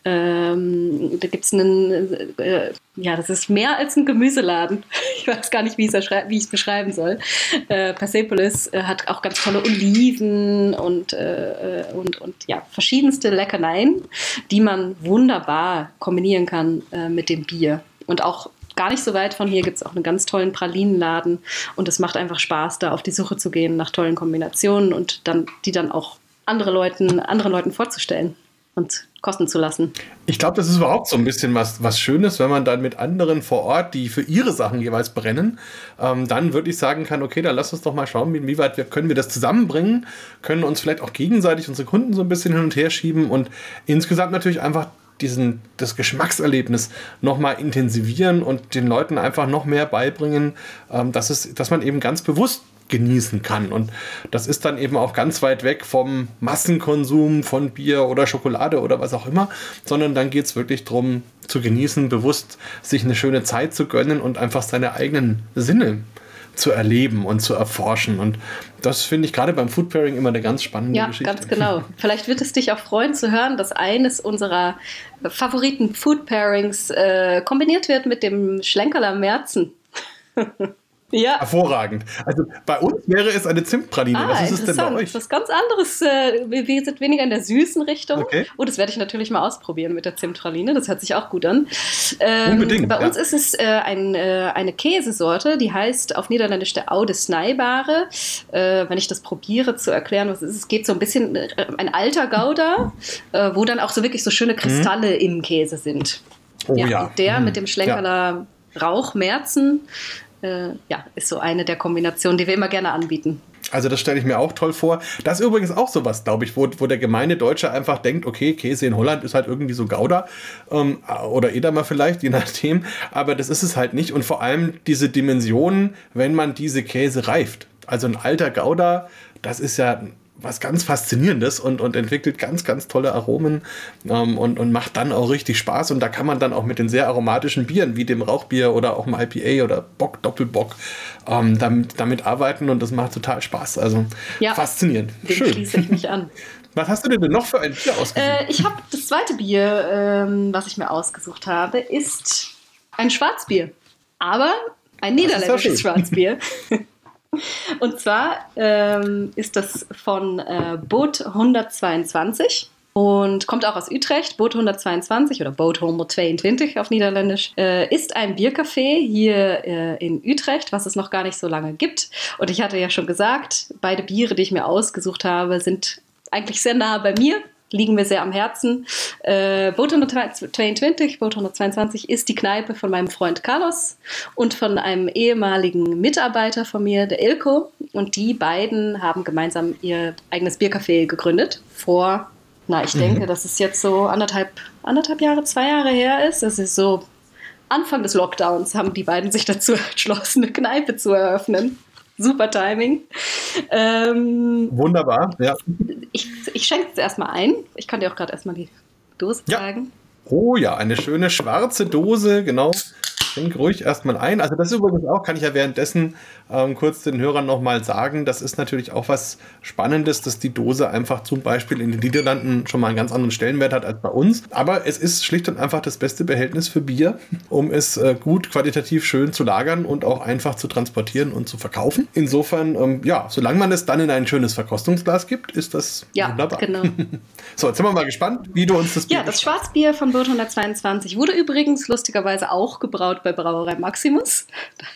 Ähm, da gibt es einen... Äh, Ja, das ist mehr als ein Gemüseladen. Ich weiß gar nicht, wie ich es beschreiben soll. Äh, Persepolis äh, hat auch ganz tolle Oliven und, äh, und, und ja, verschiedenste Leckereien, die man wunderbar kombinieren kann äh, mit dem Bier. Und auch gar nicht so weit von hier gibt es auch einen ganz tollen Pralinenladen. Und es macht einfach Spaß, da auf die Suche zu gehen nach tollen Kombinationen und dann, die dann auch andere Leuten, anderen Leuten vorzustellen und kosten zu lassen. Ich glaube, das ist überhaupt so ein bisschen was, was Schönes, wenn man dann mit anderen vor Ort, die für ihre Sachen jeweils brennen, ähm, dann wirklich sagen kann, okay, dann lass uns doch mal schauen, inwieweit wir, können wir das zusammenbringen, können uns vielleicht auch gegenseitig unsere Kunden so ein bisschen hin und her schieben und insgesamt natürlich einfach diesen, das Geschmackserlebnis nochmal intensivieren und den Leuten einfach noch mehr beibringen, ähm, dass, es, dass man eben ganz bewusst genießen kann. Und das ist dann eben auch ganz weit weg vom Massenkonsum von Bier oder Schokolade oder was auch immer, sondern dann geht es wirklich darum, zu genießen, bewusst sich eine schöne Zeit zu gönnen und einfach seine eigenen Sinne zu erleben und zu erforschen. Und das finde ich gerade beim Food Pairing immer eine ganz spannende ja, Geschichte. Ja, ganz genau. Vielleicht wird es dich auch freuen zu hören, dass eines unserer Favoriten Food Pairings äh, kombiniert wird mit dem Schlenkerler Märzen. Ja. Hervorragend. Also bei uns wäre es eine Zimtpraline. Ah, was ist es denn bei euch? Das ist was ganz anderes. Wir sind weniger in der süßen Richtung. Okay. Oh, das werde ich natürlich mal ausprobieren mit der Zimtpraline. Das hört sich auch gut an. Ähm, Unbedingt. Bei ja. uns ist es äh, ein, äh, eine Käsesorte, die heißt auf Niederländisch der Oude Snijbare. Äh, wenn ich das probiere zu erklären, was es ist, es geht so ein bisschen äh, ein alter Gouda, äh, wo dann auch so wirklich so schöne Kristalle mhm. im Käse sind. Oh ja. ja. Und der mhm. mit dem Schlenkerler ja. Rauchmärzen Äh, ja, ist so eine der Kombinationen, die wir immer gerne anbieten. Also das stelle ich mir auch toll vor. Das ist übrigens auch sowas, glaube ich, wo, wo der gemeine Deutsche einfach denkt, okay, Käse in Holland ist halt irgendwie so Gouda ähm, oder Edamer vielleicht, je nachdem. Aber das ist es halt nicht. Und vor allem diese Dimensionen, wenn man diese Käse reift. Also ein alter Gouda, das ist ja was ganz Faszinierendes und, und entwickelt ganz, ganz tolle Aromen ähm, und, und macht dann auch richtig Spaß. Und da kann man dann auch mit den sehr aromatischen Bieren, wie dem Rauchbier oder auch dem I P A oder Bock, Doppelbock, ähm, damit, damit arbeiten und das macht total Spaß. Also ja, faszinierend. Dem Schön. schließe ich mich an. Was hast du denn noch für ein Bier ausgesucht? Äh, ich habe das zweite Bier, ähm, was ich mir ausgesucht habe, ist ein Schwarzbier. Aber ein niederländisches Schwarzbier. Und zwar ähm, ist das von äh, Boot hundertzweiundzwanzig und kommt auch aus Utrecht. Boot hundertzweiundzwanzig oder Boot hundertzweiundzwanzig auf Niederländisch äh, ist ein Biercafé hier äh, in Utrecht, was es noch gar nicht so lange gibt. Und ich hatte ja schon gesagt, beide Biere, die ich mir ausgesucht habe, sind eigentlich sehr nah bei mir. liegen mir sehr am Herzen. Äh, Boot hundertzweiundzwanzig, Boot hundertzweiundzwanzig ist die Kneipe von meinem Freund Carlos und von einem ehemaligen Mitarbeiter von mir, der Ilko. Und die beiden haben gemeinsam ihr eigenes Biercafé gegründet. Vor, na, ich denke, mhm. dass es jetzt so anderthalb, anderthalb Jahre, zwei Jahre her ist. Das ist so Anfang des Lockdowns haben die beiden sich dazu entschlossen, eine Kneipe zu eröffnen. Super Timing. Ähm, Wunderbar, ja. Ich, ich schenke es erstmal ein. Ich kann dir auch gerade erstmal die Dose ja. zeigen. Oh ja, eine schöne schwarze Dose, genau. Schenk ruhig erstmal ein. Also das übrigens auch, kann ich ja währenddessen ähm, kurz den Hörern nochmal sagen, das ist natürlich auch was Spannendes, dass die Dose einfach zum Beispiel in den Niederlanden schon mal einen ganz anderen Stellenwert hat als bei uns. Aber es ist schlicht und einfach das beste Behältnis für Bier, um es äh, gut, qualitativ schön zu lagern und auch einfach zu transportieren und zu verkaufen. Insofern, ähm, ja, solange man es dann in ein schönes Verkostungsglas gibt, ist das ja, wunderbar. Genau. So, jetzt sind wir mal gespannt, wie du uns das Bier Ja, das Schwarzbier von Boot hundertzweiundzwanzig wurde übrigens lustigerweise auch gebraut bei Brauerei Maximus.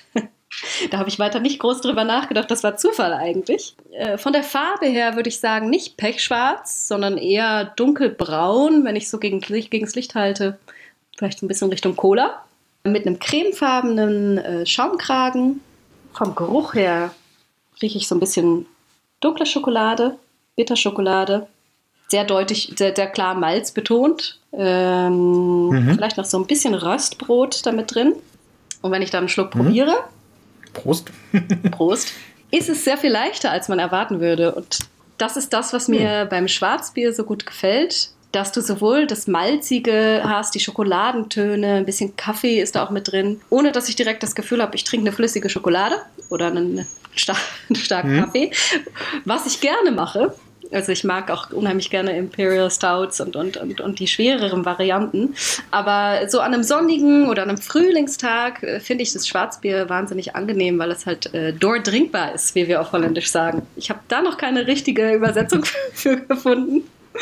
Da habe ich weiter nicht groß drüber nachgedacht, das war Zufall eigentlich. Äh, von der Farbe her würde ich sagen, nicht pechschwarz, sondern eher dunkelbraun, wenn ich so gegen, gegen das Licht halte. Vielleicht ein bisschen Richtung Cola. Mit einem cremefarbenen äh, Schaumkragen. Vom Geruch her rieche ich so ein bisschen dunkle Schokolade, Bitterschokolade. Sehr deutlich, sehr, sehr klar Malz betont. Ähm, mhm. Vielleicht noch so ein bisschen Röstbrot damit drin. Und wenn ich dann einen Schluck mhm. probiere, Prost. Prost, ist es sehr viel leichter, als man erwarten würde. Und das ist das, was mir mhm. beim Schwarzbier so gut gefällt, dass du sowohl das Malzige hast, die Schokoladentöne, ein bisschen Kaffee ist da auch mit drin, ohne dass ich direkt das Gefühl habe, ich trinke eine flüssige Schokolade oder einen, star- einen starken mhm. Kaffee, was ich gerne mache. Also ich mag auch unheimlich gerne Imperial Stouts und, und, und, und die schwereren Varianten. Aber so an einem sonnigen oder an einem Frühlingstag äh, finde ich das Schwarzbier wahnsinnig angenehm, weil es halt äh, doordrinkbar ist, wie wir auf Holländisch sagen. Ich habe da noch keine richtige Übersetzung für gefunden.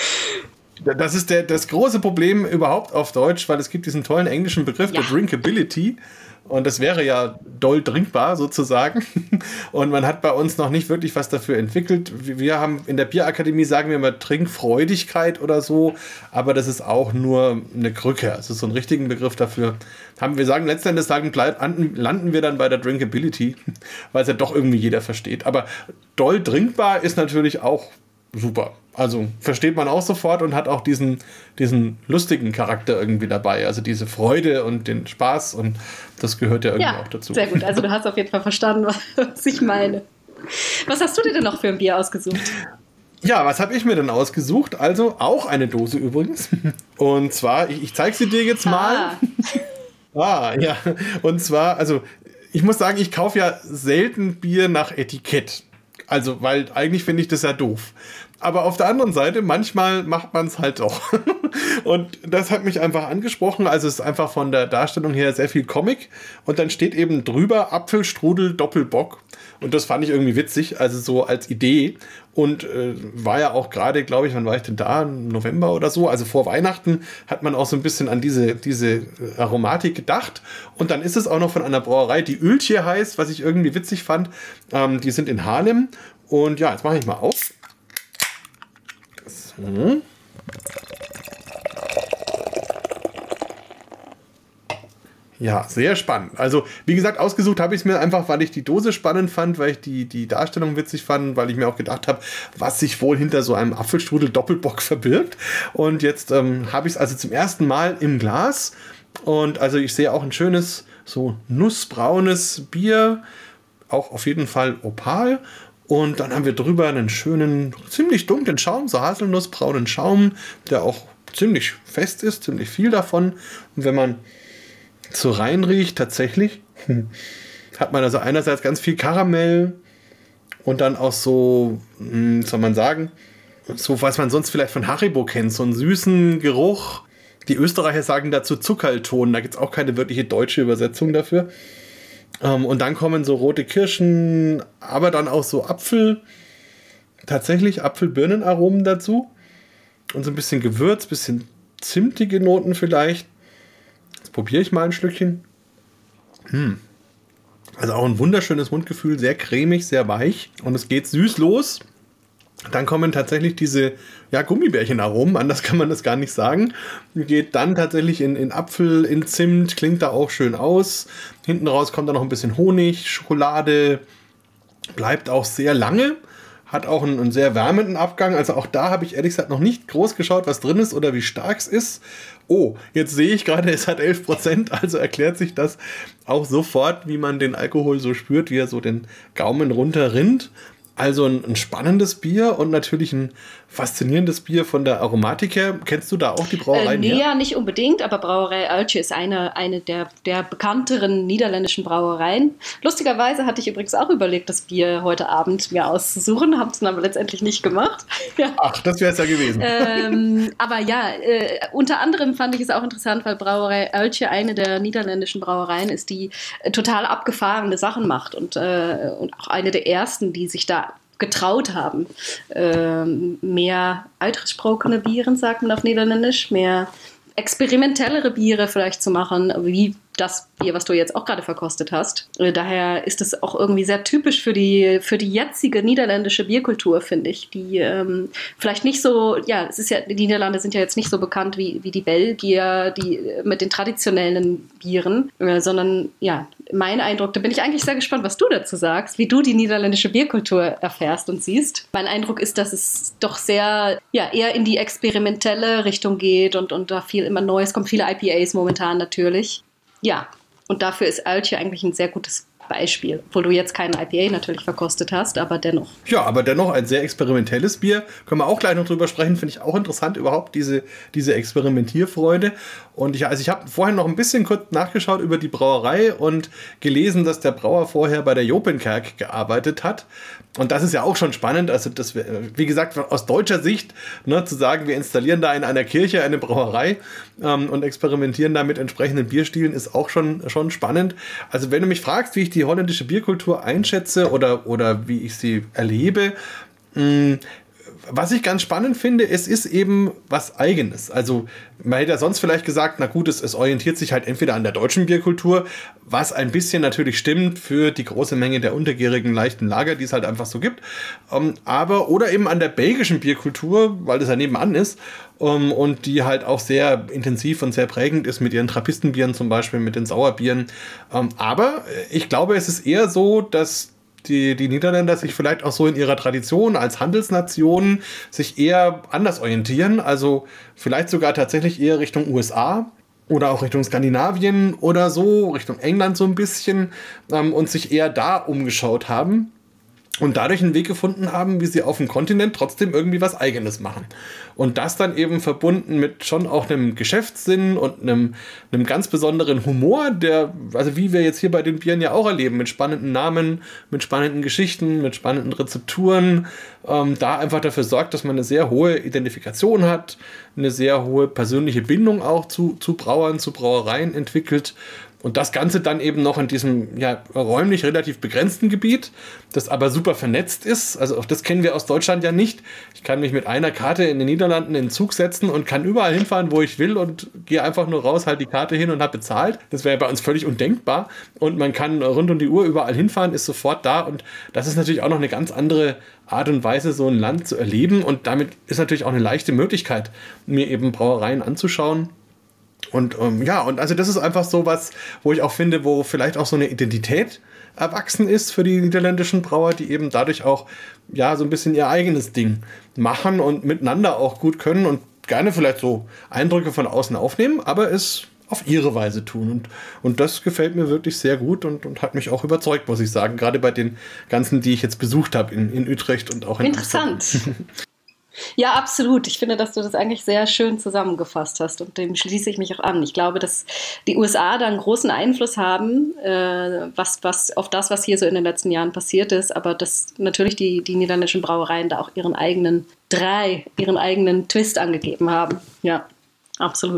Das ist der, das große Problem überhaupt auf Deutsch, weil es gibt diesen tollen englischen Begriff ja. der Drinkability. Und das wäre ja doll trinkbar sozusagen. Und man hat bei uns noch nicht wirklich was dafür entwickelt. Wir haben in der Bierakademie, sagen wir immer Trinkfreudigkeit oder so. Aber das ist auch nur eine Krücke. Also so einen richtigen Begriff dafür haben wir sagen, letzten Endes sagen, landen wir dann bei der Drinkability, weil es ja doch irgendwie jeder versteht. Aber doll trinkbar ist natürlich auch super. Also versteht man auch sofort und hat auch diesen, diesen lustigen Charakter irgendwie dabei. Also diese Freude und den Spaß und das gehört ja irgendwie ja, auch dazu. Sehr gut, also du hast auf jeden Fall verstanden, was ich meine. Was hast du dir denn noch für ein Bier ausgesucht? Ja, was habe ich mir denn ausgesucht? Also auch eine Dose übrigens. Und zwar, ich, ich zeige sie dir jetzt mal. Ah. ah, ja. Und zwar, also ich muss sagen, ich kaufe ja selten Bier nach Etikett. Also, weil eigentlich finde ich das ja doof. Aber auf der anderen Seite, manchmal macht man es halt doch. Und das hat mich einfach angesprochen. Also es ist einfach von der Darstellung her sehr viel Comic. Und dann steht eben drüber Apfelstrudel Doppelbock. Und das fand ich irgendwie witzig, also so als Idee. Und äh, war ja auch gerade, glaube ich, wann war ich denn da? Im November oder so. Also vor Weihnachten hat man auch so ein bisschen an diese, diese Aromatik gedacht. Und dann ist es auch noch von einer Brauerei, die Öltje heißt, was ich irgendwie witzig fand. Ähm, die sind in Haarlem. Und ja, jetzt mache ich mal auf. So. Ja, sehr spannend. Also, wie gesagt, ausgesucht habe ich es mir einfach, weil ich die Dose spannend fand, weil ich die, die Darstellung witzig fand, weil ich mir auch gedacht habe, was sich wohl hinter so einem Apfelstrudel Doppelbock verbirgt. Und jetzt ähm, habe ich es also zum ersten Mal im Glas. Und also ich sehe auch ein schönes, so nussbraunes Bier. Auch auf jeden Fall Opal. Und dann haben wir drüber einen schönen, ziemlich dunklen Schaum, so haselnussbraunen Schaum, der auch ziemlich fest ist, ziemlich viel davon. Und wenn man so reinriecht, tatsächlich, hat man also einerseits ganz viel Karamell und dann auch so, wie soll man sagen, so was man sonst vielleicht von Haribo kennt, so einen süßen Geruch. Die Österreicher sagen dazu Zuckerlton, da gibt es auch keine wirkliche deutsche Übersetzung dafür. Um, und dann kommen so rote Kirschen, aber dann auch so Apfel, tatsächlich Apfel-Birnen-Aromen dazu. Und so ein bisschen Gewürz, bisschen zimtige Noten vielleicht. Jetzt probiere ich mal ein Schlückchen. Hm. Also auch ein wunderschönes Mundgefühl, sehr cremig, sehr weich. Und es geht süß los. Dann kommen tatsächlich diese ja, Gummibärchenaromen, anders kann man das gar nicht sagen. Geht dann tatsächlich in, in Apfel, in Zimt, klingt da auch schön aus. Hinten raus kommt da noch ein bisschen Honig, Schokolade, bleibt auch sehr lange. Hat auch einen, einen sehr wärmenden Abgang. Also auch da habe ich ehrlich gesagt noch nicht groß geschaut, was drin ist oder wie stark es ist. Oh, jetzt sehe ich gerade, es hat elf Prozent. Also erklärt sich das auch sofort, wie man den Alkohol so spürt, wie er so den Gaumen runterrinnt. Also ein, ein spannendes Bier und natürlich ein faszinierendes Bier von der Aromatik her. Kennst du da auch die Brauerei? Äh, nee, ja, nicht unbedingt, aber Brauerei Uiltje ist eine, eine der, der bekannteren niederländischen Brauereien. Lustigerweise hatte ich übrigens auch überlegt, das Bier heute Abend mir auszusuchen, habe es dann aber letztendlich nicht gemacht. Ja. Ach, das wäre es ja gewesen. Ähm, aber ja, äh, unter anderem fand ich es auch interessant, weil Brauerei Uiltje eine der niederländischen Brauereien ist, die äh, total abgefahrene Sachen macht und, äh, und auch eine der ersten, die sich da getraut haben, ähm, mehr uitgesprokene Bieren, sagt man auf Niederländisch, mehr experimentellere Biere vielleicht zu machen, wie das Bier, was du jetzt auch gerade verkostet hast. Daher ist es auch irgendwie sehr typisch für die, für die jetzige niederländische Bierkultur, finde ich, die ähm, vielleicht nicht so, ja, es ist ja, die Niederlande sind ja jetzt nicht so bekannt wie, wie die Belgier, die mit den traditionellen Bieren, äh, sondern ja, mein Eindruck, da bin ich eigentlich sehr gespannt, was du dazu sagst, wie du die niederländische Bierkultur erfährst und siehst. Mein Eindruck ist, dass es doch sehr, ja, eher in die experimentelle Richtung geht und, und da viel immer Neues kommt, viele I P As momentan natürlich. Ja, und dafür ist Uiltje eigentlich ein sehr gutes Beispiel, obwohl du jetzt keinen I P A natürlich verkostet hast, aber dennoch. Ja, aber dennoch ein sehr experimentelles Bier. Können wir auch gleich noch drüber sprechen, finde ich auch interessant überhaupt, diese, diese Experimentierfreude. Und ich, also ich habe vorhin noch ein bisschen kurz nachgeschaut über die Brauerei und gelesen, dass der Brauer vorher bei der Jopenkerk gearbeitet hat. Und das ist ja auch schon spannend, also das, wie gesagt, aus deutscher Sicht, ne, zu sagen, wir installieren da in einer Kirche eine Brauerei ähm, und experimentieren da mit entsprechenden Bierstilen, ist auch schon, schon spannend. Also wenn du mich fragst, wie ich die holländische Bierkultur einschätze oder, oder wie ich sie erlebe, mh, was ich ganz spannend finde, es ist eben was Eigenes. Also man hätte ja sonst vielleicht gesagt, na gut, es, es orientiert sich halt entweder an der deutschen Bierkultur, was ein bisschen natürlich stimmt für die große Menge der untergärigen leichten Lager, die es halt einfach so gibt. Ähm, aber oder eben an der belgischen Bierkultur, weil das ja nebenan ist ähm, und die halt auch sehr intensiv und sehr prägend ist mit ihren Trappistenbieren zum Beispiel, mit den Sauerbieren. Ähm, aber ich glaube, es ist eher so, dass Die, die Niederländer sich vielleicht auch so in ihrer Tradition als Handelsnation sich eher anders orientieren, also vielleicht sogar tatsächlich eher Richtung U S A oder auch Richtung Skandinavien oder so, Richtung England so ein bisschen ähm, und sich eher da umgeschaut haben und dadurch einen Weg gefunden haben, wie sie auf dem Kontinent trotzdem irgendwie was Eigenes machen. Und das dann eben verbunden mit schon auch einem Geschäftssinn und einem, einem ganz besonderen Humor, der, also wie wir jetzt hier bei den Bieren ja auch erleben, mit spannenden Namen, mit spannenden Geschichten, mit spannenden Rezepturen, ähm, da einfach dafür sorgt, dass man eine sehr hohe Identifikation hat, eine sehr hohe persönliche Bindung auch zu, zu Brauern, zu Brauereien entwickelt. Und das Ganze dann eben noch in diesem ja, räumlich relativ begrenzten Gebiet, das aber super vernetzt ist. Also auch das kennen wir aus Deutschland ja nicht. Ich kann mich mit einer Karte in den Niederlanden in den Zug setzen und kann überall hinfahren, wo ich will und gehe einfach nur raus, halt die Karte hin und habe bezahlt. Das wäre bei uns völlig undenkbar. Und man kann rund um die Uhr überall hinfahren, ist sofort da. Und das ist natürlich auch noch eine ganz andere Art und Weise, so ein Land zu erleben. Und damit ist natürlich auch eine leichte Möglichkeit, mir eben Brauereien anzuschauen. Und ähm, ja, und also das ist einfach so was, wo ich auch finde, wo vielleicht auch so eine Identität erwachsen ist für die niederländischen Brauer, die eben dadurch auch ja so ein bisschen ihr eigenes Ding machen und miteinander auch gut können und gerne vielleicht so Eindrücke von außen aufnehmen, aber es auf ihre Weise tun. Und, und das gefällt mir wirklich sehr gut und, und hat mich auch überzeugt, muss ich sagen, gerade bei den ganzen, die ich jetzt besucht habe in, in Utrecht und auch in Interessant. Amsterdam. Ja, absolut. Ich finde, dass du das eigentlich sehr schön zusammengefasst hast und dem schließe ich mich auch an. Ich glaube, dass die U S A da einen großen Einfluss haben, äh, was, was auf das, was hier so in den letzten Jahren passiert ist, aber dass natürlich die, die niederländischen Brauereien da auch ihren eigenen drei, ihren eigenen Twist angegeben haben. Ja, absolut.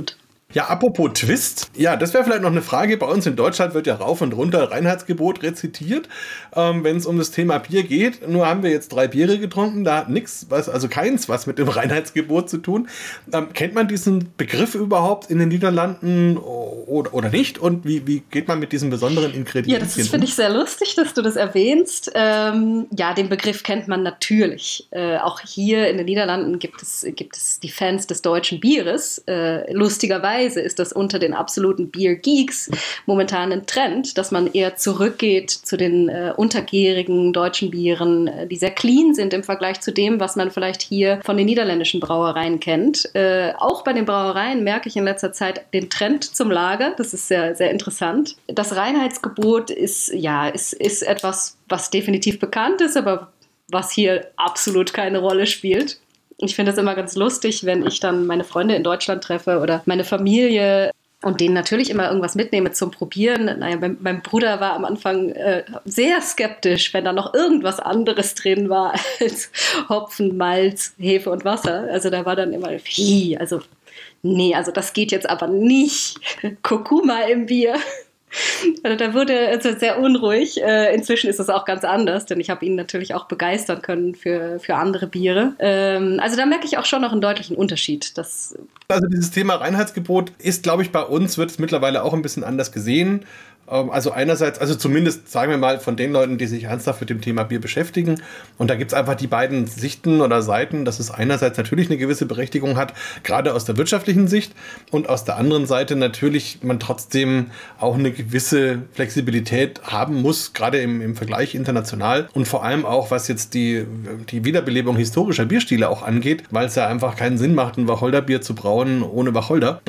Ja, apropos Twist. Ja, das wäre vielleicht noch eine Frage. Bei uns in Deutschland wird ja rauf und runter Reinheitsgebot rezitiert, ähm, wenn es um das Thema Bier geht. Nur haben wir jetzt drei Biere getrunken, da hat nichts, was, also keins was mit dem Reinheitsgebot zu tun. Ähm, kennt man diesen Begriff überhaupt in den Niederlanden oder, oder nicht? Und wie, wie geht man mit diesen besonderen Ingredienzien Ja, das finde ich sehr lustig, dass du das erwähnst. Ähm, ja, den Begriff kennt man natürlich. Äh, auch hier in den Niederlanden gibt es, gibt es die Fans des deutschen Bieres. Äh, lustigerweise ist das unter den absoluten Bier-Geeks momentan ein Trend, dass man eher zurückgeht zu den äh, untergärigen deutschen Bieren, äh, die sehr clean sind im Vergleich zu dem, was man vielleicht hier von den niederländischen Brauereien kennt. Äh, auch bei den Brauereien merke ich in letzter Zeit den Trend zum Lager. Das ist sehr, sehr interessant. Das Reinheitsgebot ist, ja, ist, ist etwas, was definitiv bekannt ist, aber was hier absolut keine Rolle spielt. Ich finde es immer ganz lustig, wenn ich dann meine Freunde in Deutschland treffe oder meine Familie und denen natürlich immer irgendwas mitnehme zum Probieren. Naja, mein, mein Bruder war am Anfang äh, sehr skeptisch, wenn da noch irgendwas anderes drin war als Hopfen, Malz, Hefe und Wasser. Also da war dann immer, wie, also nee, also das geht jetzt aber nicht. Kurkuma im Bier. Also da wurde also sehr unruhig. Äh, inzwischen ist es auch ganz anders, denn ich habe ihn natürlich auch begeistern können für, für andere Biere. Ähm, also da merke ich auch schon noch einen deutlichen Unterschied. Dass also dieses Thema Reinheitsgebot ist, glaube ich, bei uns wird es mittlerweile auch ein bisschen anders gesehen. Also einerseits, also zumindest sagen wir mal von den Leuten, die sich ernsthaft mit dem Thema Bier beschäftigen. Und da gibt es einfach die beiden Sichten oder Seiten, dass es einerseits natürlich eine gewisse Berechtigung hat, gerade aus der wirtschaftlichen Sicht. Und aus der anderen Seite natürlich man trotzdem auch eine gewisse Flexibilität haben muss, gerade im, im Vergleich international. Und vor allem auch, was jetzt die, die Wiederbelebung historischer Bierstile auch angeht, weil es ja einfach keinen Sinn macht, ein Wacholderbier zu brauen ohne Wacholder.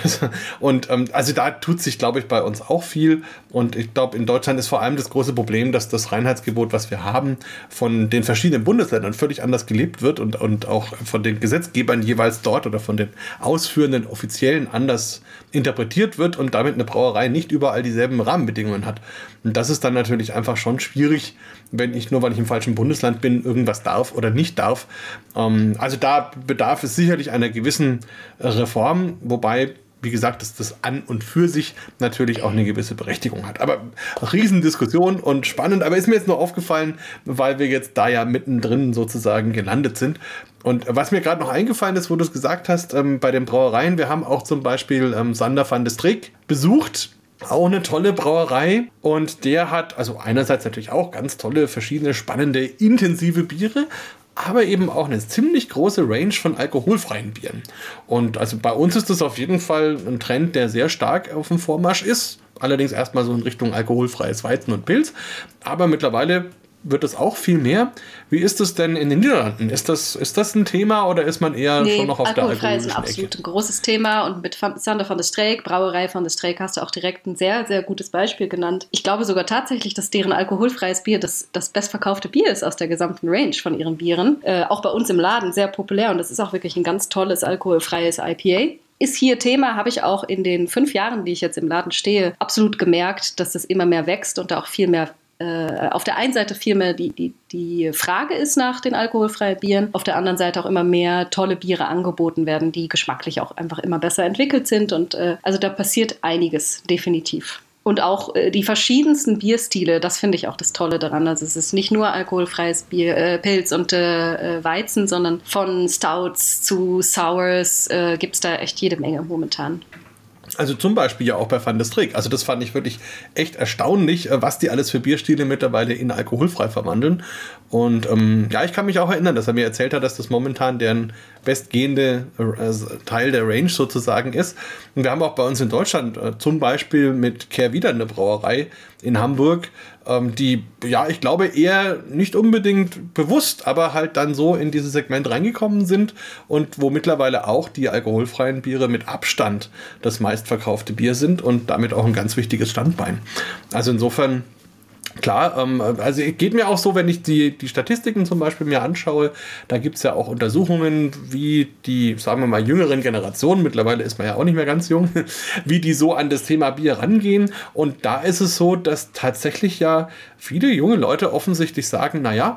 Und also da tut sich, glaube ich, bei uns auch viel. Und ich glaube, in Deutschland ist vor allem das große Problem, dass das Reinheitsgebot, was wir haben, von den verschiedenen Bundesländern völlig anders gelebt wird und, und auch von den Gesetzgebern jeweils dort oder von den ausführenden Offiziellen anders interpretiert wird und damit eine Brauerei nicht überall dieselben Rahmenbedingungen hat. Und das ist dann natürlich einfach schon schwierig, wenn ich nur, weil ich im falschen Bundesland bin, irgendwas darf oder nicht darf. Also da bedarf es sicherlich einer gewissen Reform, wobei wie gesagt, dass das an und für sich natürlich auch eine gewisse Berechtigung hat. Aber Riesendiskussion und spannend. Aber ist mir jetzt nur aufgefallen, weil wir jetzt da ja mittendrin sozusagen gelandet sind. Und was mir gerade noch eingefallen ist, wo du es gesagt hast, ähm, bei den Brauereien, wir haben auch zum Beispiel ähm, Sander van de Streek besucht. Auch eine tolle Brauerei. Und der hat also einerseits natürlich auch ganz tolle, verschiedene, spannende, intensive Biere, aber eben auch eine ziemlich große Range von alkoholfreien Bieren. Und also bei uns ist das auf jeden Fall ein Trend, der sehr stark auf dem Vormarsch ist. Allerdings erstmal so in Richtung alkoholfreies Weizen und Pilz. Aber mittlerweile wird es auch viel mehr. Wie ist es denn in den Niederlanden? Ist das, ist das ein Thema oder ist man eher nee, schon noch auf der alkoholfrei ist ein absolut Ecke? Ein großes Thema und mit Sander van de Streek, Brauerei van de Streek, hast du auch direkt ein sehr, sehr gutes Beispiel genannt. Ich glaube sogar tatsächlich, dass deren alkoholfreies Bier das, das bestverkaufte Bier ist aus der gesamten Range von ihren Bieren. Äh, auch bei uns im Laden sehr populär und das ist auch wirklich ein ganz tolles alkoholfreies I P A. Ist hier Thema, habe ich auch in den fünf Jahren, die ich jetzt im Laden stehe, absolut gemerkt, dass das immer mehr wächst und da auch viel mehr Äh, auf der einen Seite vielmehr die, die, die Frage ist nach den alkoholfreien Bieren, auf der anderen Seite auch immer mehr tolle Biere angeboten werden, die geschmacklich auch einfach immer besser entwickelt sind und äh, also da passiert einiges, definitiv. Und auch äh, die verschiedensten Bierstile, das finde ich auch das Tolle daran. Also es ist nicht nur alkoholfreies Bier, äh, Pilz und äh, Weizen, sondern von Stouts zu Sours äh, gibt es da echt jede Menge momentan. Also zum Beispiel ja auch bei Van de Streek. Also das fand ich wirklich echt erstaunlich, was die alles für Bierstile mittlerweile in alkoholfrei verwandeln. Und ähm, ja, ich kann mich auch erinnern, dass er mir erzählt hat, dass das momentan deren bestgehende äh, Teil der Range sozusagen ist. Und wir haben auch bei uns in Deutschland äh, zum Beispiel mit Kehrwieder eine Brauerei in Hamburg, ähm, die, ja, ich glaube eher nicht unbedingt bewusst, aber halt dann so in dieses Segment reingekommen sind und wo mittlerweile auch die alkoholfreien Biere mit Abstand das meistverkaufte Bier sind und damit auch ein ganz wichtiges Standbein. Also insofern klar, ähm, also geht mir auch so, wenn ich die, die Statistiken zum Beispiel mir anschaue, da gibt es ja auch Untersuchungen, wie die, sagen wir mal, jüngeren Generationen, mittlerweile ist man ja auch nicht mehr ganz jung, wie die so an das Thema Bier rangehen. Und da ist es so, dass tatsächlich ja viele junge Leute offensichtlich sagen, naja,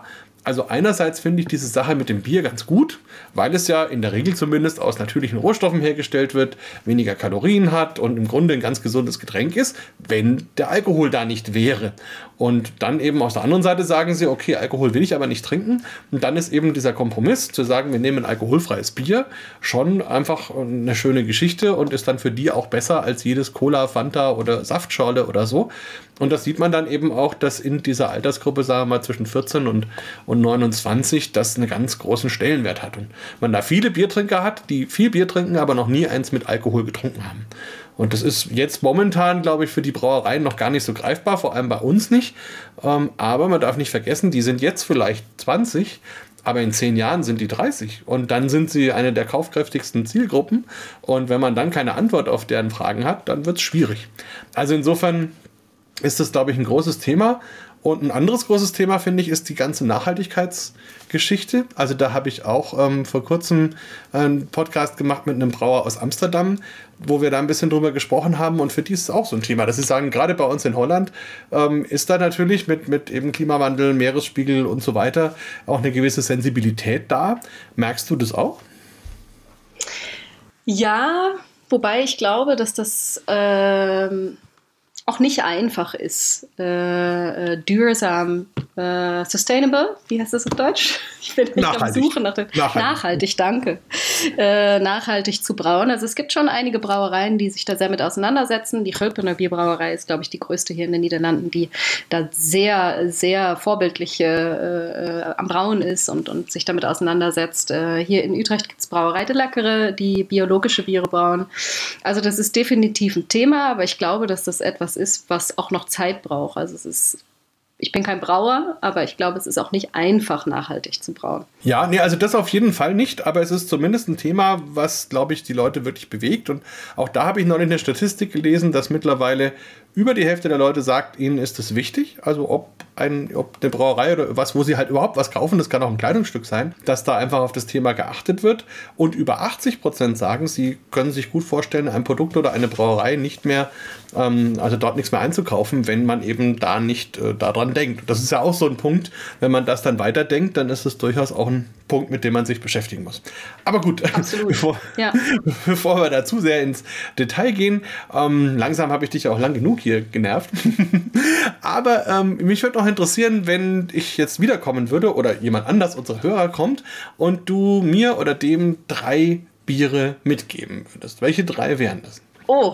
Also einerseits finde ich diese Sache mit dem Bier ganz gut, weil es ja in der Regel zumindest aus natürlichen Rohstoffen hergestellt wird, weniger Kalorien hat und im Grunde ein ganz gesundes Getränk ist, wenn der Alkohol da nicht wäre. Und dann eben auf der anderen Seite sagen sie, okay, Alkohol will ich aber nicht trinken. Und dann ist eben dieser Kompromiss zu sagen, wir nehmen ein alkoholfreies Bier, schon einfach eine schöne Geschichte und ist dann für die auch besser als jedes Cola, Fanta oder Saftschorle oder so. Und das sieht man dann eben auch, dass in dieser Altersgruppe, sagen wir mal, zwischen vierzehn und, und neunundzwanzig, das einen ganz großen Stellenwert hat. Und man da viele Biertrinker hat, die viel Bier trinken, aber noch nie eins mit Alkohol getrunken haben. Und das ist jetzt momentan, glaube ich, für die Brauereien noch gar nicht so greifbar, vor allem bei uns nicht. Ähm, aber man darf nicht vergessen, die sind jetzt vielleicht zwanzig, aber in zehn Jahren sind die dreißig. Und dann sind sie eine der kaufkräftigsten Zielgruppen. Und wenn man dann keine Antwort auf deren Fragen hat, dann wird es schwierig. Also insofern ist das, glaube ich, ein großes Thema. Und ein anderes großes Thema, finde ich, ist die ganze Nachhaltigkeitsgeschichte. Also da habe ich auch ähm, vor kurzem einen Podcast gemacht mit einem Brauer aus Amsterdam, wo wir da ein bisschen drüber gesprochen haben. Und für die ist es auch so ein Thema, dass sie sagen, gerade bei uns in Holland ähm, ist da natürlich mit, mit eben Klimawandel, Meeresspiegel und so weiter auch eine gewisse Sensibilität da. Merkst du das auch? Ja, wobei ich glaube, dass das ähm auch nicht einfach ist. Äh, äh, Duursam, äh, sustainable, wie heißt das auf Deutsch? Ich bin nicht am Suchen nach dem nachhaltig. nachhaltig, danke. Äh, nachhaltig zu brauen. Also es gibt schon einige Brauereien, die sich da sehr mit auseinandersetzen. Die Gulpener Bierbrauerei ist, glaube ich, die größte hier in den Niederlanden, die da sehr, sehr vorbildlich äh, am Brauen ist und, und sich damit auseinandersetzt. Äh, hier in Utrecht gibt es Brauerei de Lekkere, die biologische Biere brauen. Also das ist definitiv ein Thema, aber ich glaube, dass das etwas ist, was auch noch Zeit braucht. Also es ist, ich bin kein Brauer, aber ich glaube, es ist auch nicht einfach, nachhaltig zu brauen. Ja, nee, also das auf jeden Fall nicht, aber es ist zumindest ein Thema, was, glaube ich, die Leute wirklich bewegt. Und auch da habe ich neulich eine Statistik gelesen, dass mittlerweile über die Hälfte der Leute sagt, ihnen ist es wichtig, also ob, ein, ob eine Brauerei oder was, wo sie halt überhaupt was kaufen, das kann auch ein Kleidungsstück sein, dass da einfach auf das Thema geachtet wird. Und über achtzig Prozent sagen, sie können sich gut vorstellen, ein Produkt oder eine Brauerei nicht mehr, ähm, also dort nichts mehr einzukaufen, wenn man eben da nicht äh, daran denkt. Das ist ja auch so ein Punkt, wenn man das dann weiterdenkt, dann ist es durchaus auch ein Punkt, mit dem man sich beschäftigen muss. Aber gut, bevor, ja. bevor wir da zu sehr ins Detail gehen, ähm, langsam habe ich dich auch lang genug hier genervt. Aber ähm, mich würde noch interessieren, wenn ich jetzt wiederkommen würde oder jemand anders, unsere Hörer, kommt und du mir oder dem drei Biere mitgeben würdest. Welche drei wären das? Oh,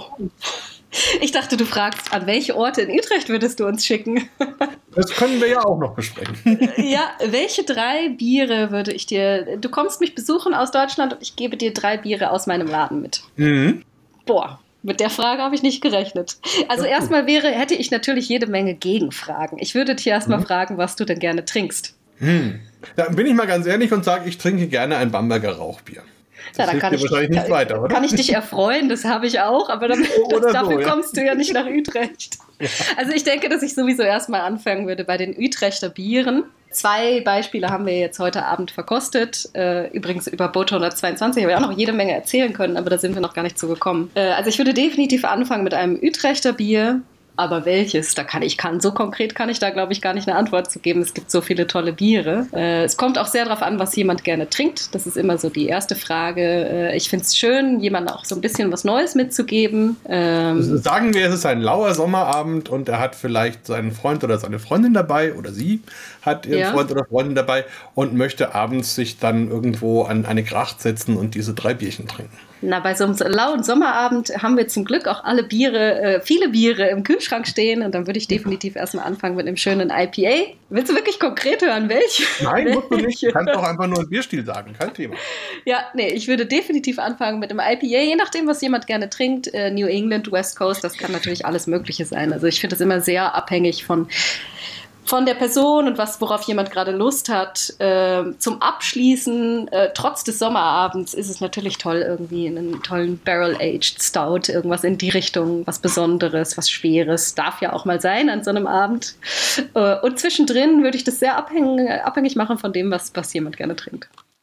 ich dachte, du fragst, an welche Orte in Utrecht würdest du uns schicken? Das können wir ja auch noch besprechen. Ja, welche drei Biere würde ich dir... Du kommst mich besuchen aus Deutschland und ich gebe dir drei Biere aus meinem Laden mit. Mhm. Boah, mit der Frage habe ich nicht gerechnet. Also erstmal wäre, hätte ich natürlich jede Menge Gegenfragen. Ich würde dich erstmal mhm. fragen, was du denn gerne trinkst. Mhm. Da bin ich mal ganz ehrlich und sage, ich trinke gerne ein Bamberger Rauchbier. Das ja, dann kann ich, wahrscheinlich nicht kann, weiter, oder? Kann ich dich erfreuen, das habe ich auch, aber dann, das, dafür so, ja. kommst du ja nicht nach Utrecht. Ja. Also ich denke, dass ich sowieso erstmal anfangen würde bei den Utrechter Bieren. Zwei Beispiele haben wir jetzt heute Abend verkostet. Äh, übrigens über Boot hundertzweiundzwanzig habe ich auch noch jede Menge erzählen können, aber da sind wir noch gar nicht zu gekommen. Äh, also ich würde definitiv anfangen mit einem Utrechter Bier. Aber welches? Da kann ich kann so konkret kann ich da, glaube ich, gar nicht eine Antwort zu geben. Es gibt so viele tolle Biere. Äh, es kommt auch sehr darauf an, was jemand gerne trinkt. Das ist immer so die erste Frage. Äh, ich finde es schön, jemandem auch so ein bisschen was Neues mitzugeben. Ähm, Sagen wir, es ist ein lauer Sommerabend und er hat vielleicht seinen Freund oder seine Freundin dabei oder sie hat ihren ja. Freund oder Freundin dabei und möchte abends sich dann irgendwo an eine Gracht setzen und diese drei Bierchen trinken. Na, bei so einem lauen Sommerabend haben wir zum Glück auch alle Biere, äh, viele Biere im Kühlschrank stehen und dann würde ich definitiv erstmal anfangen mit einem schönen I P A. Willst du wirklich konkret hören, welche? Nein, musst du nicht. Du kannst doch einfach nur einen Bierstil sagen, kein Thema. Ja, nee, ich würde definitiv anfangen mit einem I P A, je nachdem, was jemand gerne trinkt. Äh, New England, West Coast, das kann natürlich alles Mögliche sein. Also ich finde das immer sehr abhängig von von der Person und was, worauf jemand gerade Lust hat. Äh, zum Abschließen, äh, trotz des Sommerabends, ist es natürlich toll, irgendwie einen tollen Barrel-Aged Stout, irgendwas in die Richtung, was Besonderes, was Schweres, darf ja auch mal sein an so einem Abend. Äh, und zwischendrin würde ich das sehr abhängig, abhängig machen von dem, was, was jemand gerne trinkt.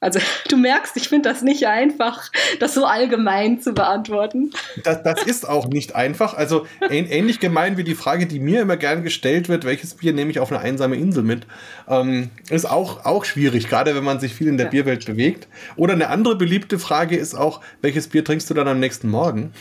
Also du merkst, ich finde das nicht einfach, das so allgemein zu beantworten. Das, das ist auch nicht einfach. Also ähn, ähnlich gemein wie die Frage, die mir immer gern gestellt wird, welches Bier nehme ich auf eine einsame Insel mit, ähm, ist auch, auch schwierig, gerade wenn man sich viel in der ja. Bierwelt bewegt. Oder eine andere beliebte Frage ist auch, welches Bier trinkst du dann am nächsten Morgen?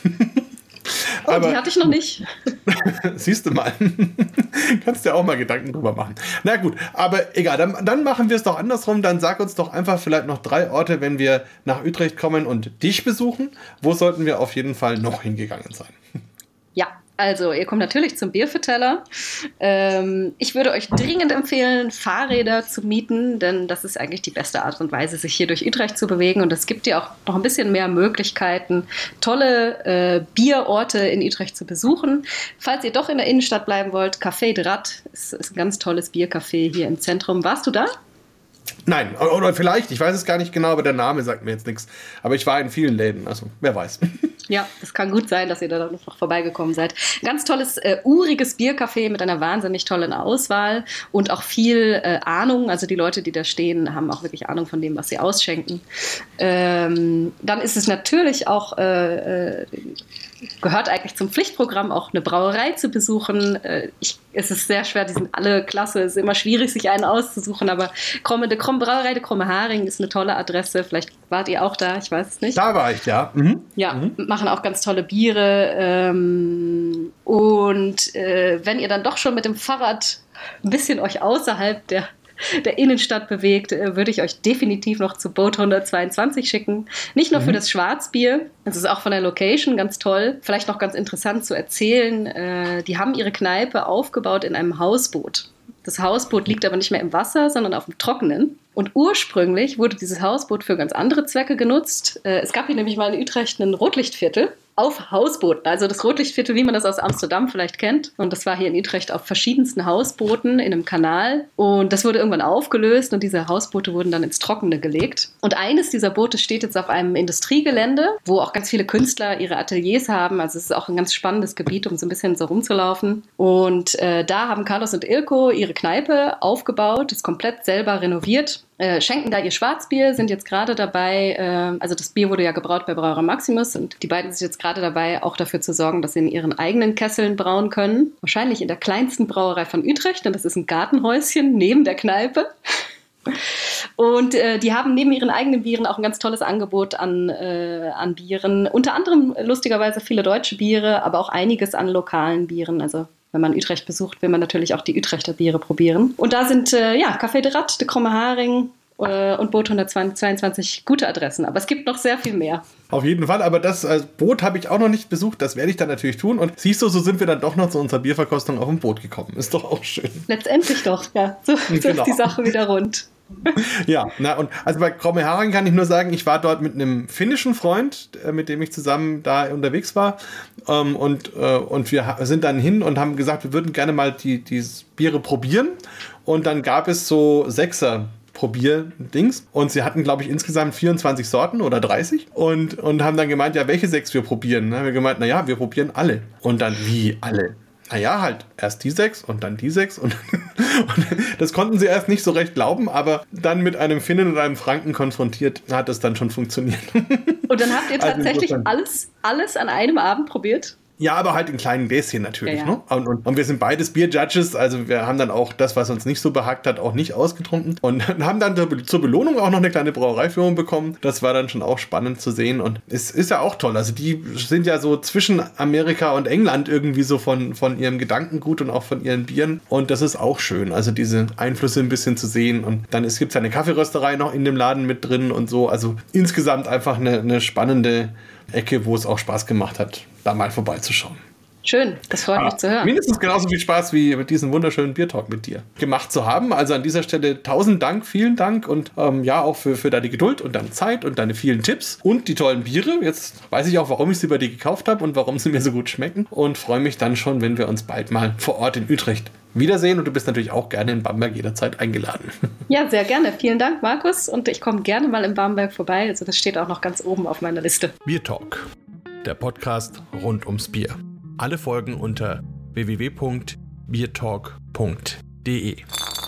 Oh, aber die hatte ich noch nicht. Siehst du mal. Kannst dir auch mal Gedanken drüber machen. Na gut, aber egal, dann, dann machen wir es doch andersrum. Dann sag uns doch einfach vielleicht noch drei Orte, wenn wir nach Utrecht kommen und dich besuchen. Wo sollten wir auf jeden Fall noch hingegangen sein? Ja, also ihr kommt natürlich zum Bierverteller. Ähm, ich würde euch dringend empfehlen, Fahrräder zu mieten, denn das ist eigentlich die beste Art und Weise, sich hier durch Utrecht zu bewegen. Und es gibt ja auch noch ein bisschen mehr Möglichkeiten, tolle äh, Bierorte in Utrecht zu besuchen. Falls ihr doch in der Innenstadt bleiben wollt, Café de Rat ist, ist ein ganz tolles Biercafé hier im Zentrum. Warst du da? Nein, oder vielleicht, ich weiß es gar nicht genau, aber der Name sagt mir jetzt nichts. Aber ich war in vielen Läden, also wer weiß. Ja, es kann gut sein, dass ihr da noch vorbeigekommen seid. Ganz tolles, äh, uriges Biercafé mit einer wahnsinnig tollen Auswahl und auch viel äh, Ahnung. Also die Leute, die da stehen, haben auch wirklich Ahnung von dem, was sie ausschenken. Ähm, dann ist es natürlich auch, äh, äh, gehört eigentlich zum Pflichtprogramm, auch eine Brauerei zu besuchen. Äh, ich, es ist sehr schwer, die sind alle klasse. Es ist immer schwierig, sich einen auszusuchen, aber Kromme, de Kromme, Brauerei de Kromme Haring ist eine tolle Adresse. Vielleicht wart ihr auch da, ich weiß es nicht. Da war ich, ja. Mhm. Ja, mhm. machen auch ganz tolle Biere. Ähm, und äh, wenn ihr dann doch schon mit dem Fahrrad ein bisschen euch außerhalb der, der Innenstadt bewegt, äh, würde ich euch definitiv noch zu Boot hundertzweiundzwanzig schicken. Nicht nur mhm. für das Schwarzbier, das ist auch von der Location ganz toll. Vielleicht noch ganz interessant zu erzählen, äh, die haben ihre Kneipe aufgebaut in einem Hausboot. Das Hausboot liegt aber nicht mehr im Wasser, sondern auf dem Trockenen. Und ursprünglich wurde dieses Hausboot für ganz andere Zwecke genutzt. Es gab hier nämlich mal in Utrecht ein Rotlichtviertel auf Hausbooten. Also das Rotlichtviertel, wie man das aus Amsterdam vielleicht kennt. Und das war hier in Utrecht auf verschiedensten Hausbooten in einem Kanal. Und das wurde irgendwann aufgelöst und diese Hausboote wurden dann ins Trockene gelegt. Und eines dieser Boote steht jetzt auf einem Industriegelände, wo auch ganz viele Künstler ihre Ateliers haben. Also es ist auch ein ganz spannendes Gebiet, um so ein bisschen so rumzulaufen. Und äh, da haben Carlos und Ilko ihre Kneipe aufgebaut, ist komplett selber renoviert. Äh, schenken da ihr Schwarzbier, sind jetzt gerade dabei, äh, also das Bier wurde ja gebraut bei Brauerei Maximus und die beiden sind jetzt gerade dabei, auch dafür zu sorgen, dass sie in ihren eigenen Kesseln brauen können. Wahrscheinlich in der kleinsten Brauerei von Utrecht, denn das ist ein Gartenhäuschen neben der Kneipe. Und äh, die haben neben ihren eigenen Bieren auch ein ganz tolles Angebot an, äh, an Bieren. Unter anderem lustigerweise viele deutsche Biere, aber auch einiges an lokalen Bieren, also wenn man Utrecht besucht, will man natürlich auch die Utrechter Biere probieren. Und da sind äh, ja, Café de Rat, de Kromme Haring äh, und Boot hundertzweiundzwanzig gute Adressen. Aber es gibt noch sehr viel mehr. Auf jeden Fall, aber das äh, Boot habe ich auch noch nicht besucht. Das werde ich dann natürlich tun. Und siehst du, so sind wir dann doch noch zu unserer Bierverkostung auf dem Boot gekommen. Ist doch auch schön. Letztendlich doch, ja. So, so genau. Ist die Sache wieder rund. Ja, na und also bei Kromme Haring kann ich nur sagen, ich war dort mit einem finnischen Freund, mit dem ich zusammen da unterwegs war ähm, und, äh, und wir sind dann hin und haben gesagt, wir würden gerne mal die, die Biere probieren und dann gab es so Sechser Probier-Dings und sie hatten, glaube ich, insgesamt vierundzwanzig Sorten oder dreißig und, und haben dann gemeint, ja, welche sechs wir probieren. Dann haben wir gemeint, naja, wir probieren alle. Und dann, wie alle? Naja, halt erst die sechs und dann die sechs und, und das konnten sie erst nicht so recht glauben, aber dann mit einem Finnen und einem Franken konfrontiert, hat das dann schon funktioniert. Und dann habt ihr tatsächlich also alles, alles an einem Abend probiert? Ja, aber halt in kleinen Gläschen natürlich. Ja, ja. Ne? Und, und, und wir sind beides Bier-Judges, also wir haben dann auch das, was uns nicht so behagt hat, auch nicht ausgetrunken und haben dann zur Belohnung auch noch eine kleine Brauereiführung bekommen. Das war dann schon auch spannend zu sehen und es ist ja auch toll. Also die sind ja so zwischen Amerika und England irgendwie so von, von ihrem Gedankengut und auch von ihren Bieren und das ist auch schön, also diese Einflüsse ein bisschen zu sehen und dann gibt es ja eine Kaffeerösterei noch in dem Laden mit drin und so. Also insgesamt einfach eine, eine spannende Ecke, wo es auch Spaß gemacht hat, da mal vorbeizuschauen. Schön, das freut Aber mich zu hören. Mindestens genauso viel Spaß wie mit diesem wunderschönen Biertalk mit dir gemacht zu haben. Also an dieser Stelle tausend Dank, vielen Dank und ähm, ja auch für, für deine Geduld und deine Zeit und deine vielen Tipps und die tollen Biere. Jetzt weiß ich auch, warum ich sie bei dir gekauft habe und warum sie mir so gut schmecken und freue mich dann schon, wenn wir uns bald mal vor Ort in Utrecht wiedersehen und du bist natürlich auch gerne in Bamberg jederzeit eingeladen. Ja, sehr gerne. Vielen Dank, Markus. Und ich komme gerne mal in Bamberg vorbei. Also das steht auch noch ganz oben auf meiner Liste. Biertalk, der Podcast rund ums Bier. Alle Folgen unter w w w punkt biertalk punkt d e.